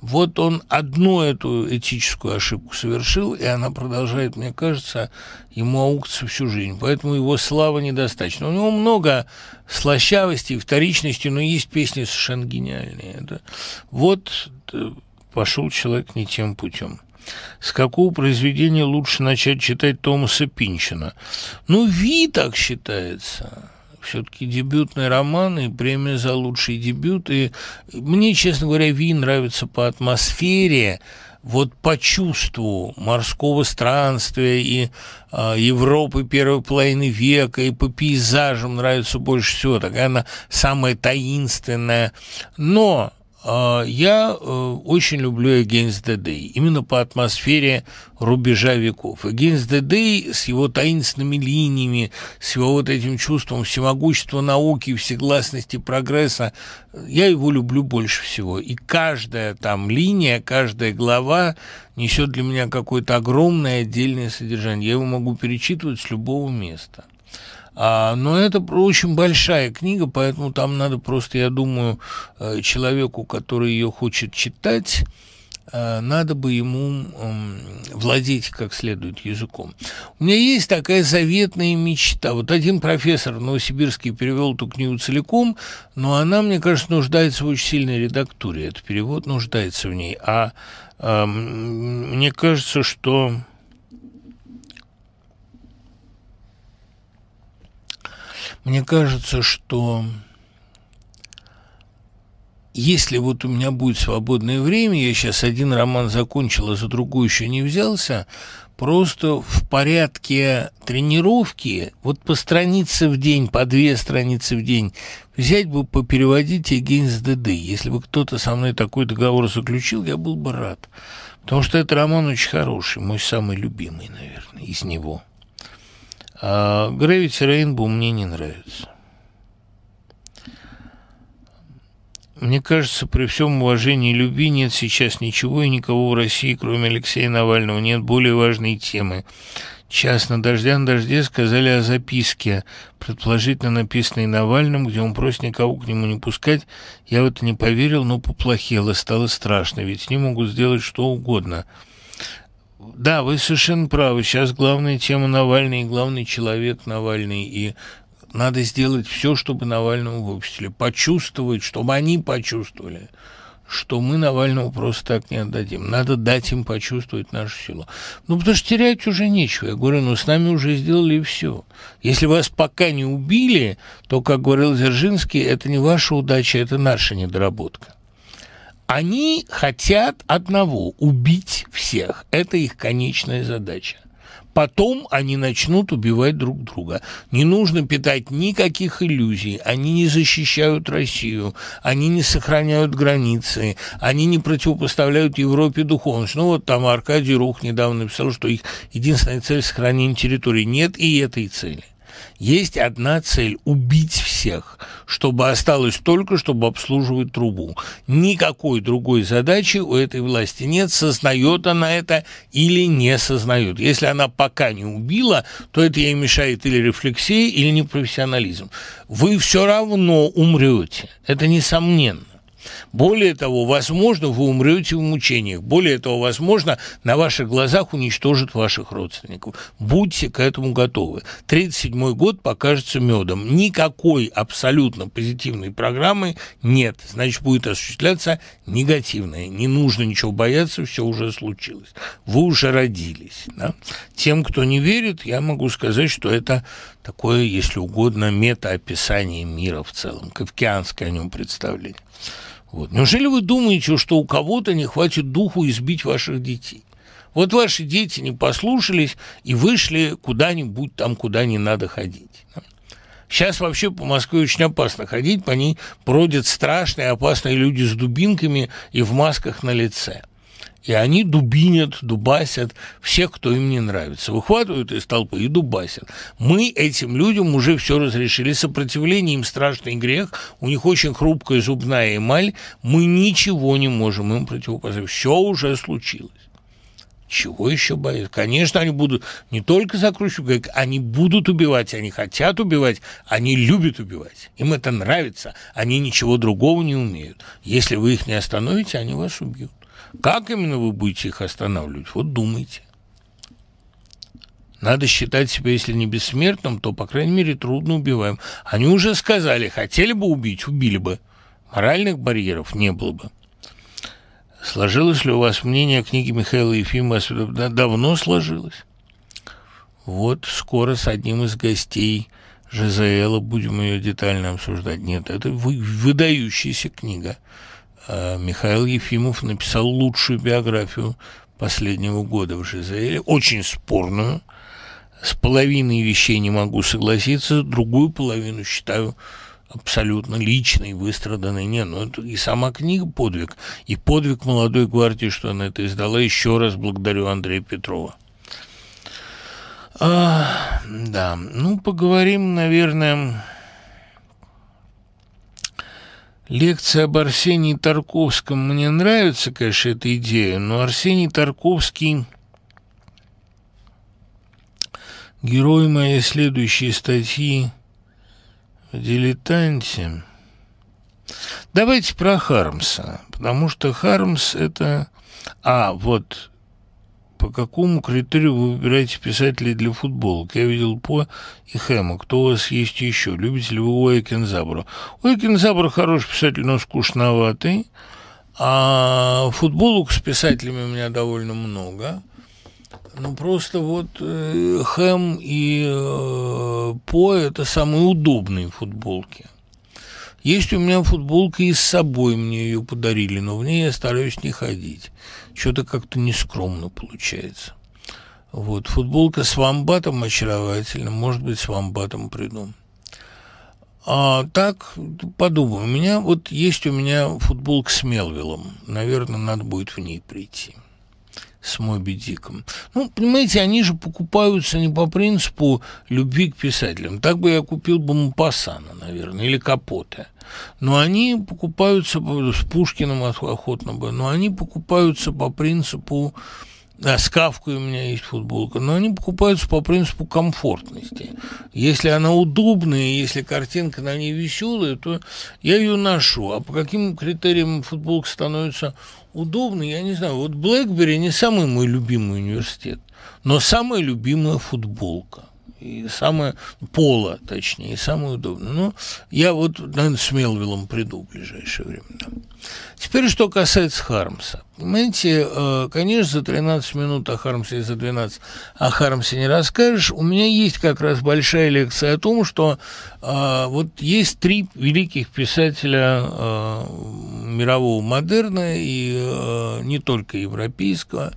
[SPEAKER 1] Вот он одну эту этическую ошибку совершил, и она продолжает, мне кажется, ему аукаться всю жизнь. Поэтому его слава недостаточна. У него много слащавостей, вторичностей, но есть песни совершенно гениальные. Да? Вот пошел человек не тем путем. С какого произведения лучше начать читать Томаса Пинчина? Ну, «Ви» так считается. Все-таки дебютный роман и премия за лучший дебют. И мне, честно говоря, «Ви» нравится по атмосфере, вот по чувству морского странствия и Европы первой половины века, и по пейзажам нравится больше всего. Такая она самая таинственная. Но я очень люблю «Against the Day», именно по атмосфере рубежа веков. «Against the Day» с его таинственными линиями, с его вот этим чувством всемогущества науки, всегласности прогресса, я его люблю больше всего. И каждая там линия, каждая глава несет для меня какое-то огромное отдельное содержание. Я его могу перечитывать с любого места. Но это очень большая книга, поэтому там надо просто, я думаю, человеку, который ее хочет читать, надо бы ему владеть как следует языком. У меня есть такая заветная мечта. Вот один профессор новосибирский перевел эту книгу целиком, но она, мне кажется, нуждается в очень сильной редактуре. Этот перевод нуждается в ней. Мне кажется, что... Мне кажется, что если вот у меня будет свободное время, я сейчас один роман закончил, а за другой еще не взялся, просто в порядке тренировки, вот по странице в день, по 2 страницы в день, взять бы, попереводить «Against the Day». Если бы кто-то со мной такой договор заключил, я был бы рад. Потому что этот роман очень хороший, мой самый любимый, наверное, из него. А «Gravity Rainbow» мне не нравится. Мне кажется, при всем уважении и любви нет сейчас ничего и никого в России, кроме Алексея Навального, нет более важной темы. «Час на дожде» сказали о записке, предположительно написанной Навальным, где он просит никого к нему не пускать. Я в это не поверил, но поплохело, стало страшно, ведь с ним могут сделать что угодно. Да, вы совершенно правы. Сейчас главная тема Навальный, главный человек Навальный, и надо сделать все, чтобы Навального выпустили, почувствовать, чтобы они почувствовали, что мы Навального просто так не отдадим. Надо дать им почувствовать нашу силу. Ну, потому что терять уже нечего. Я говорю, с нами уже сделали все. Если вас пока не убили, то, как говорил Дзержинский, это не ваша удача, это наша недоработка. Они хотят одного – убить всех. Это их конечная задача. Потом они начнут убивать друг друга. Не нужно питать никаких иллюзий. Они не защищают Россию, они не сохраняют границы, они не противопоставляют Европе духовность. Вот там Аркадий Рух недавно написал, что их единственная цель – сохранение территории. Нет и этой цели. Есть одна цель – убить всех, чтобы осталось только, чтобы обслуживать трубу. Никакой другой задачи у этой власти нет, сознает она это или не сознает. Если она пока не убила, то это ей мешает или рефлексия, или непрофессионализм. Вы все равно умрете, это несомненно. Более того, возможно, вы умрете в мучениях. Более того, возможно, на ваших глазах уничтожат ваших родственников. Будьте к этому готовы. 1937 год покажется медом. Никакой абсолютно позитивной программы нет. Значит, будет осуществляться негативное. Не нужно ничего бояться, все уже случилось. Вы уже родились. Да? Тем, кто не верит, я могу сказать, что это такое, если угодно, метаописание мира в целом. Кафкианское о нем представление. Вот. Неужели вы думаете, что у кого-то не хватит духу избить ваших детей? Вот ваши дети не послушались и вышли куда-нибудь там, куда не надо ходить. Сейчас вообще по Москве очень опасно ходить, по ней бродят страшные, опасные люди с дубинками и в масках на лице. И они дубинят, дубасят всех, кто им не нравится. Выхватывают из толпы и дубасят. Мы этим людям уже все разрешили. Сопротивление им страшный грех. У них очень хрупкая зубная эмаль. Мы ничего не можем им противопоставить. Все уже случилось. Чего еще боятся? Конечно, они будут не только закручивать, они будут убивать, они хотят убивать, они любят убивать. Им это нравится. Они ничего другого не умеют. Если вы их не остановите, они вас убьют. Как именно вы будете их останавливать? Вот думайте. Надо считать себя, если не бессмертным, то, по крайней мере, трудно убиваем. Они уже сказали, хотели бы убить, убили бы. Моральных барьеров не было бы. Сложилось ли у вас мнение о книге Михаила Ефимова? Давно сложилось. Вот скоро с одним из гостей ЖЗЛ будем ее детально обсуждать. Нет, это выдающаяся книга. Михаил Ефимов написал лучшую биографию последнего года в ЖЗЛ, очень спорную. С половиной вещей не могу согласиться, другую половину считаю абсолютно личной, выстраданной. Это и сама книга подвиг, и подвиг молодой гвардии, что она это издала. Еще раз благодарю Андрея Петрова. Да, поговорим, наверное. Лекция об Арсении Тарковском. Мне нравится, конечно, эта идея, но Арсений Тарковский — герой моей следующей статьи в «Дилетанте». Давайте про Хармса, потому что Хармс — это... по какому критерию вы выбираете писателей для футболок? Я видел По и Хэма. Кто у вас есть еще? Любите ли вы Уэя Кензабура? Уэй Кензабура хороший писатель, но скучноватый. А футболок с писателями у меня довольно много. Просто Хэм и По – это самые удобные футболки. Есть у меня футболка и с собой, мне ее подарили, но в ней я стараюсь не ходить. Что-то как-то нескромно получается. Футболка с вомбатом очаровательна, может быть, с вомбатом приду. Так, подумаю, есть у меня футболка с Мелвиллом, наверное, надо будет в ней прийти. С Моби Диком. Понимаете, они же покупаются не по принципу любви к писателям. Так бы я купил бы Мопассана, наверное, или Капоте. Но они покупаются, с Пушкиным охотно бы, но они покупаются по принципу... с Кафкой у меня есть футболка, но они покупаются по принципу комфортности. Если она удобная, если картинка на ней веселая, то я ее ношу. А по каким критериям футболка становится удобной, я не знаю. Блэкбери не самый мой любимый университет, но самая любимая футболка. И самая пола, точнее, и самая удобная. Я наверное, с Мелвиллом приду в ближайшее время. Да. Теперь, что касается Хармса. Понимаете, конечно, за 13 минут о Хармсе и за 12 о Хармсе не расскажешь. У меня есть как раз большая лекция о том, что есть три великих писателя мирового модерна и не только европейского.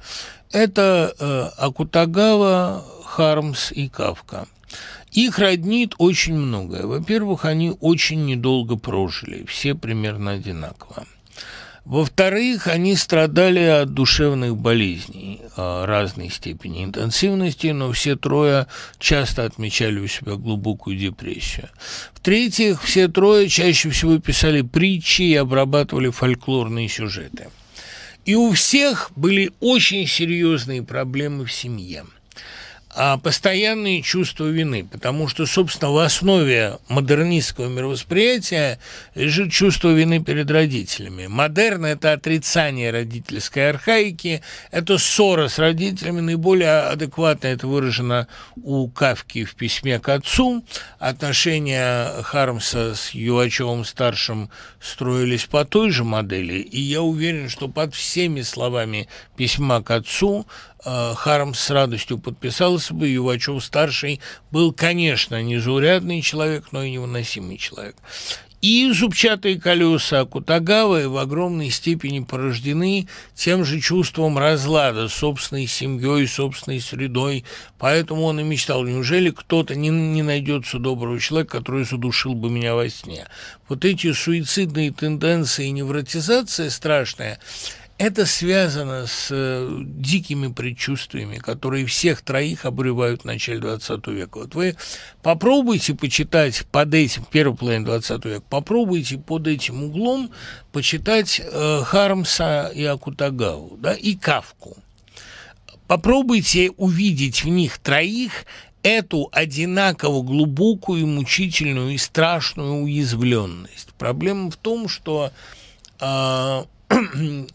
[SPEAKER 1] Это Акутагава, Хармс и Кафка. Их роднит очень многое. Во-первых, они очень недолго прожили, все примерно одинаково. Во-вторых, они страдали от душевных болезней разной степени интенсивности, но все трое часто отмечали у себя глубокую депрессию. В-третьих, все трое чаще всего писали притчи и обрабатывали фольклорные сюжеты. И у всех были очень серьезные проблемы в семье. Постоянные чувства вины, потому что, собственно, в основе модернистского мировосприятия лежит чувство вины перед родителями. Модерн – это отрицание родительской архаики, это ссора с родителями, наиболее адекватно это выражено у Кафки в письме к отцу. Отношения Хармса с Ювачевым-старшим строились по той же модели, и я уверен, что под всеми словами письма к отцу Хармс с радостью подписался бы. Ювачев-старший был, конечно, незаурядный человек, но и невыносимый человек. И зубчатые колеса Акутагавы в огромной степени порождены тем же чувством разлада с собственной семьей, собственной средой. Поэтому он и мечтал, неужели кто-то не найдется доброго человека, который задушил бы меня во сне. Эти суицидные тенденции и невротизация страшная, это связано с дикими предчувствиями, которые всех троих обуревают в начале XX века. Вы попробуйте почитать под этим, первый половину XX века, попробуйте под этим углом почитать Хармса и Акутагаву, да, и Кафку. Попробуйте увидеть в них троих эту одинаково глубокую, мучительную и страшную уязвленность. Проблема в том, что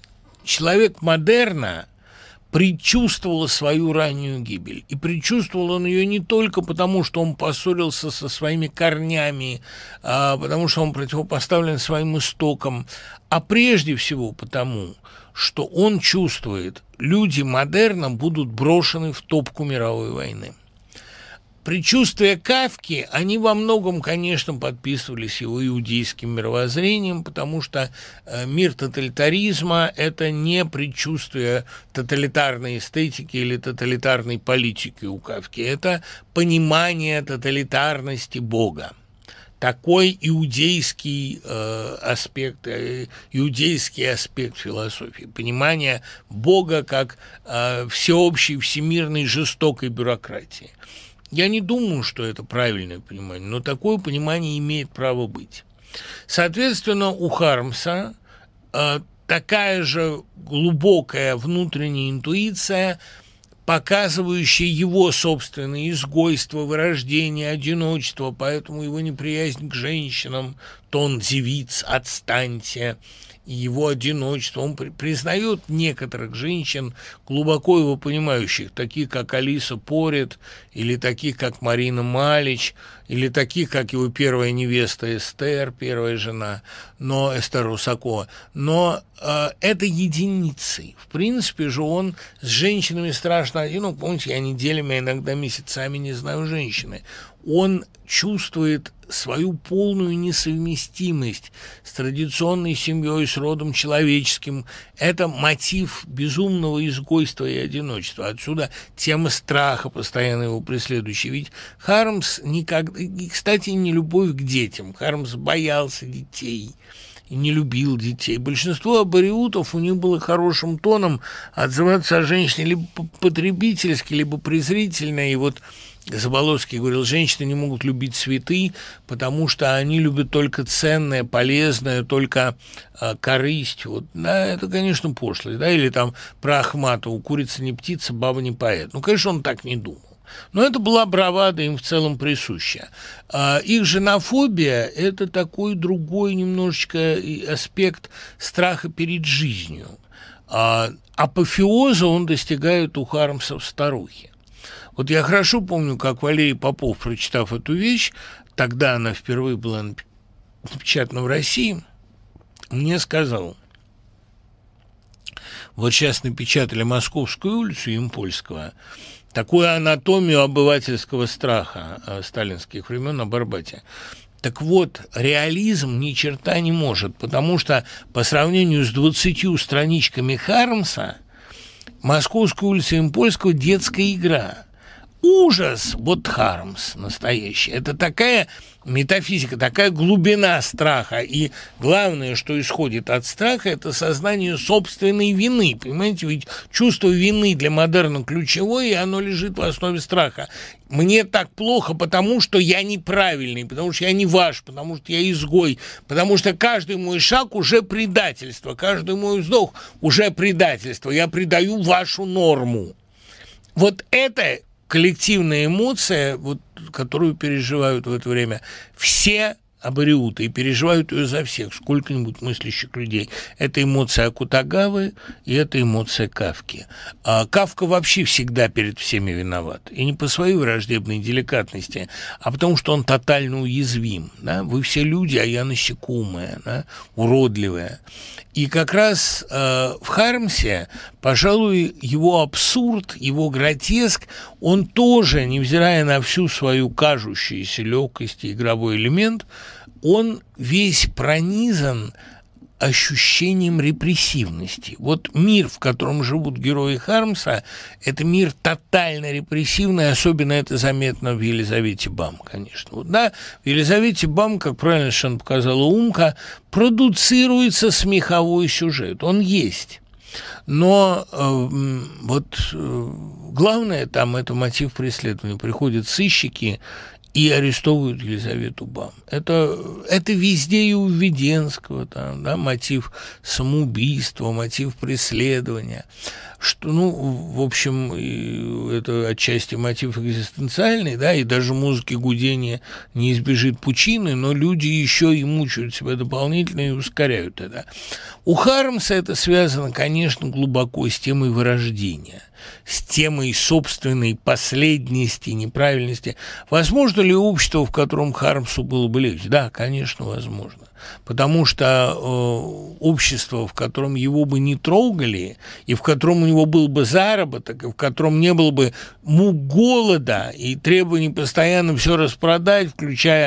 [SPEAKER 1] человек модерна предчувствовал свою раннюю гибель. И предчувствовал он ее не только потому, что он поссорился со своими корнями, потому что он противопоставлен своим истокам, а прежде всего потому, что он чувствует, люди модерна будут брошены в топку мировой войны. Предчувствия Кафки, они во многом, конечно, подписывались его иудейским мировоззрением, потому что мир тоталитаризма – это не предчувствие тоталитарной эстетики или тоталитарной политики у Кафки, это понимание тоталитарности Бога. Такой иудейский аспект философии, понимание Бога как всеобщей, всемирной, жестокой бюрократии. Я не думаю, что это правильное понимание, но такое понимание имеет право быть. Соответственно, у Хармса такая же глубокая внутренняя интуиция, показывающая его собственное изгойство, вырождение, одиночество, поэтому его неприязнь к женщинам, тон девиц, отстаньте, его одиночество. Он признает некоторых женщин, глубоко его понимающих, таких, как Алиса Порет, или таких, как Марина Малич, или таких, как его первая невеста Эстер, первая жена, но Эстер Русакова. Но это единицы. В принципе же он с женщинами страшно одинок. Помните, я неделями, иногда месяцами не знаю женщины. Он чувствует свою полную несовместимость с традиционной семьей, с родом человеческим. Это мотив безумного изгойства и одиночества. Отсюда тема страха, постоянно его преследующая. Ведь Хармс никогда... И, кстати, не любовь к детям. Хармс боялся детей и не любил детей. Большинство абориутов, у них было хорошим тоном отзываться о женщине либо потребительски, либо презрительно. И вот Заболоцкий говорил, женщины не могут любить цветы, потому что они любят только ценное, полезное, только корысть. Вот, да, это, конечно, пошлость. Да? Или там про Ахматову: курица не птица, баба не поэт. Ну, конечно, он так не думал. Но это была бравада им в целом присуща. Их женофобия – это такой другой немножечко аспект страха перед жизнью. Апофеоза он достигает у Хармса в «Старухе». Вот я хорошо помню, как Валерий Попов, прочитав эту вещь, тогда она впервые была напечатана в России, мне сказал: вот сейчас напечатали «Московскую улицу» Ямпольского, такую анатомию обывательского страха сталинских времен об Арбате. Так вот, реализм ни черта не может, потому что по сравнению с 20 страничками Хармса «Московская улица» Ямпольского – детская игра. Ужас, вот Хармс настоящий. Это такая метафизика, такая глубина страха. И главное, что исходит от страха, это сознание собственной вины. Понимаете, ведь чувство вины для модерна ключевое, и оно лежит в основе страха. Мне так плохо, потому что я неправильный, потому что я не ваш, потому что я изгой, потому что каждый мой шаг уже предательство, каждый мой вздох уже предательство. Я предаю вашу норму. Вот это коллективная эмоция, вот, которую переживают в это время все абориуты, и переживают ее за всех, сколько-нибудь мыслящих людей. Это эмоция Акутагавы, и это эмоция Кафки. Кафка вообще всегда перед всеми виноват. И не по своей враждебной деликатности, а потому что он тотально уязвим. Да? Вы все люди, а я насекомая, да? Уродливая. И как раз в Хармсе, пожалуй, его абсурд, его гротеск, он тоже, невзирая на всю свою кажущуюся легкость и игровой элемент, он весь пронизан ощущением репрессивности. Вот мир, в котором живут герои Хармса, это мир тотально репрессивный, особенно это заметно в «Елизавете Бам», конечно. Вот, да, в «Елизавете Бам», как правильно совершенно показала Умка, продуцируется смеховой сюжет, он есть. Но главное там это мотив преследования. Приходят сыщики и арестовывают Елизавету Бам. Это везде и у Введенского, там, да, мотив самоубийства, мотив преследования. Что, ну, в общем, это отчасти мотив экзистенциальный, да, и даже музыки гудения не избежит пучины, но люди еще и мучают себя дополнительно и ускоряют это. У Хармса это связано, конечно, глубоко с темой вырождения, с темой собственной последности, неправильности. Возможно ли общество, в котором Хармсу было бы легче? Да, конечно, возможно. Потому что общество, в котором его бы не трогали, и в котором у него был бы заработок, и в котором не было бы мук голода и требований постоянно все распродать, включая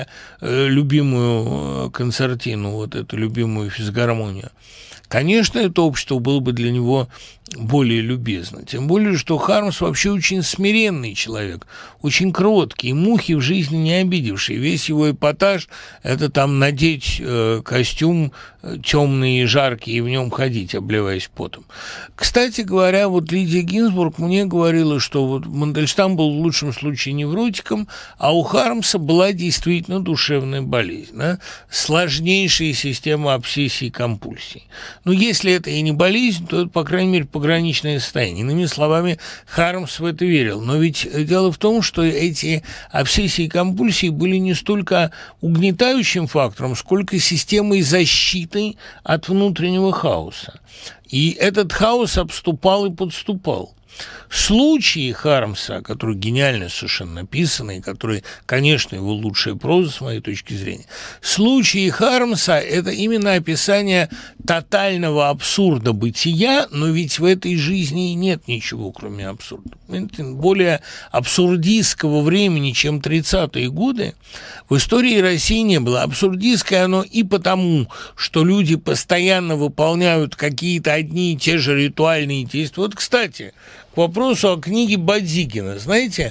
[SPEAKER 1] любимую концертину, вот эту любимую физгармонию, конечно, это общество было бы для него более любезно. Тем более, что Хармс вообще очень смиренный человек, очень кроткий, мухи в жизни не обидевший. Весь его эпатаж – это там надеть костюм темный и жаркий и в нем ходить, обливаясь потом. Кстати говоря, вот Лидия Гинзбург мне говорила, что вот Мандельштам был в лучшем случае невротиком, а у Хармса была действительно душевная болезнь, да? Сложнейшая система обсессий и компульсий. Но если это и не болезнь, то это, по крайней мере, пограничное состояние. Иными словами, Хармс в это верил. Но ведь дело в том, что эти обсессии и компульсии были не столько угнетающим фактором, сколько системой защиты от внутреннего хаоса. И этот хаос обступал и подступал. Случаи Хармса, которые гениально совершенно написаны, и которые, конечно, его лучшая проза, с моей точки зрения, случаи Хармса – это именно описание тотального абсурда бытия, но ведь в этой жизни нет ничего, кроме абсурда. Более абсурдистского времени, чем 30-е годы, в истории России не было. Абсурдистское оно и потому, что люди постоянно выполняют какие-то одни и те же ритуальные действия. Вот, кстати, к вопросу о книге Бадзигина. Знаете,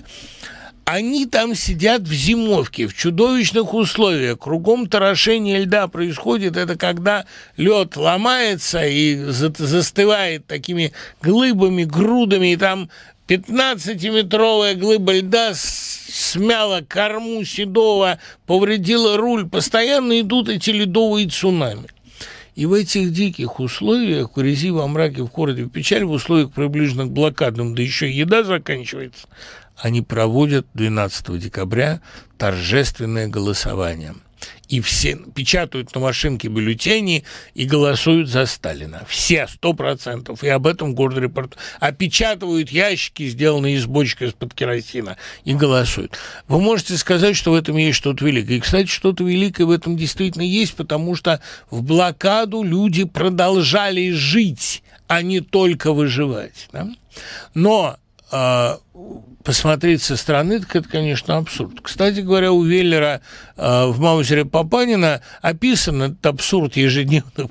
[SPEAKER 1] они там сидят в зимовке, в чудовищных условиях. Кругом торошение льда происходит. Это когда лед ломается и застывает такими глыбами, грудами. И там 15-метровая глыба льда смяла корму Седова, повредила руль. Постоянно идут эти ледовые цунами. И в этих диких условиях, в грязи, во мраке, в холоде, в печали, в условиях, приближенных к блокадным, да еще еда заканчивается, они проводят 12 декабря торжественное голосование. И все печатают на машинке бюллетени и голосуют за Сталина. Все, 100%. И об этом Гордорепорт. Опечатывают ящики, сделанные из бочки из-под керосина, и голосуют. Вы можете сказать, что в этом есть что-то великое. И, кстати, что-то великое в этом действительно есть, потому что в блокаду люди продолжали жить, а не только выживать. Да? Но посмотреть со стороны, так это, конечно, абсурд. Кстати говоря, у Веллера в «Маузере Папанина» описан этот абсурд ежедневных,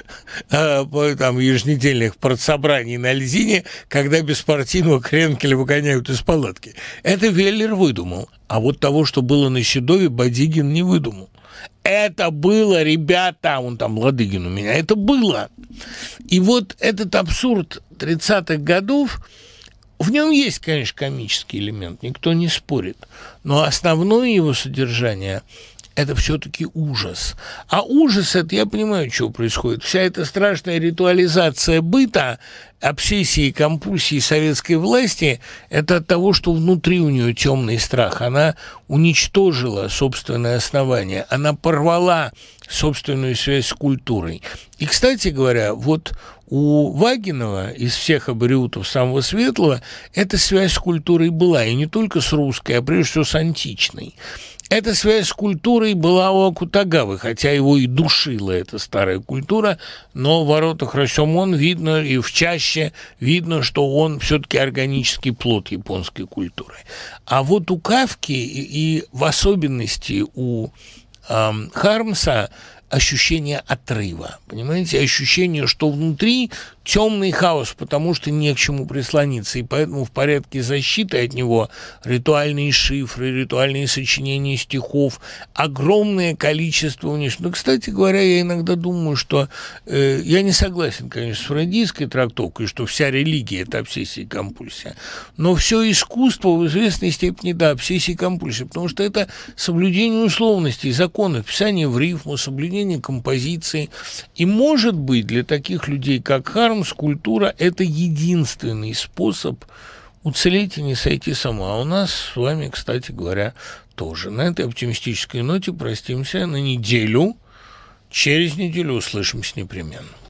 [SPEAKER 1] еженедельных партсобраний на льзине, когда беспартийного Кренкеля выгоняют из палатки. Это Веллер выдумал. А вот того, что было на Седове, Бадзигин не выдумал. Это было, ребята, он там Ладыгин у меня, это было. И вот этот абсурд 30-х годов, в нем есть, конечно, комический элемент, никто не спорит, но основное его содержание – это все-таки ужас. А ужас – это, я понимаю, что происходит. Вся эта страшная ритуализация быта, обсессии и компульсии советской власти – это от того, что внутри у нее темный страх. Она уничтожила собственное основание, она порвала собственную связь с культурой. И, кстати говоря, вот у Вагинова из всех абориутов самого светлого эта связь с культурой была, и не только с русской, а прежде всего с античной. Эта связь с культурой была у Акутагавы, хотя его и душила эта старая культура, но в воротах Росёмон видно, и в чаще видно, что он все-таки органический плод японской культуры. А вот у Кафки и в особенности у Хармса ощущение отрыва, понимаете, ощущение, что внутри темный хаос, потому что не к чему прислониться, и поэтому в порядке защиты от него ритуальные шифры, ритуальные сочинения стихов, огромное количество уничтожения. Ну, кстати говоря, я иногда думаю, что я не согласен, конечно, с фрейдистской трактовкой, что вся религия – это обсессия и компульсия, но все искусство в известной степени, да, обсессия и компульсия, потому что это соблюдение условностей, законов, писание в рифму, соблюдение композиции. И, может быть, для таких людей, как Хармс, культура – это единственный способ уцелеть и не сойти с ума. А у нас с вами, кстати говоря, тоже. На этой оптимистической ноте простимся на неделю. Через неделю услышимся непременно.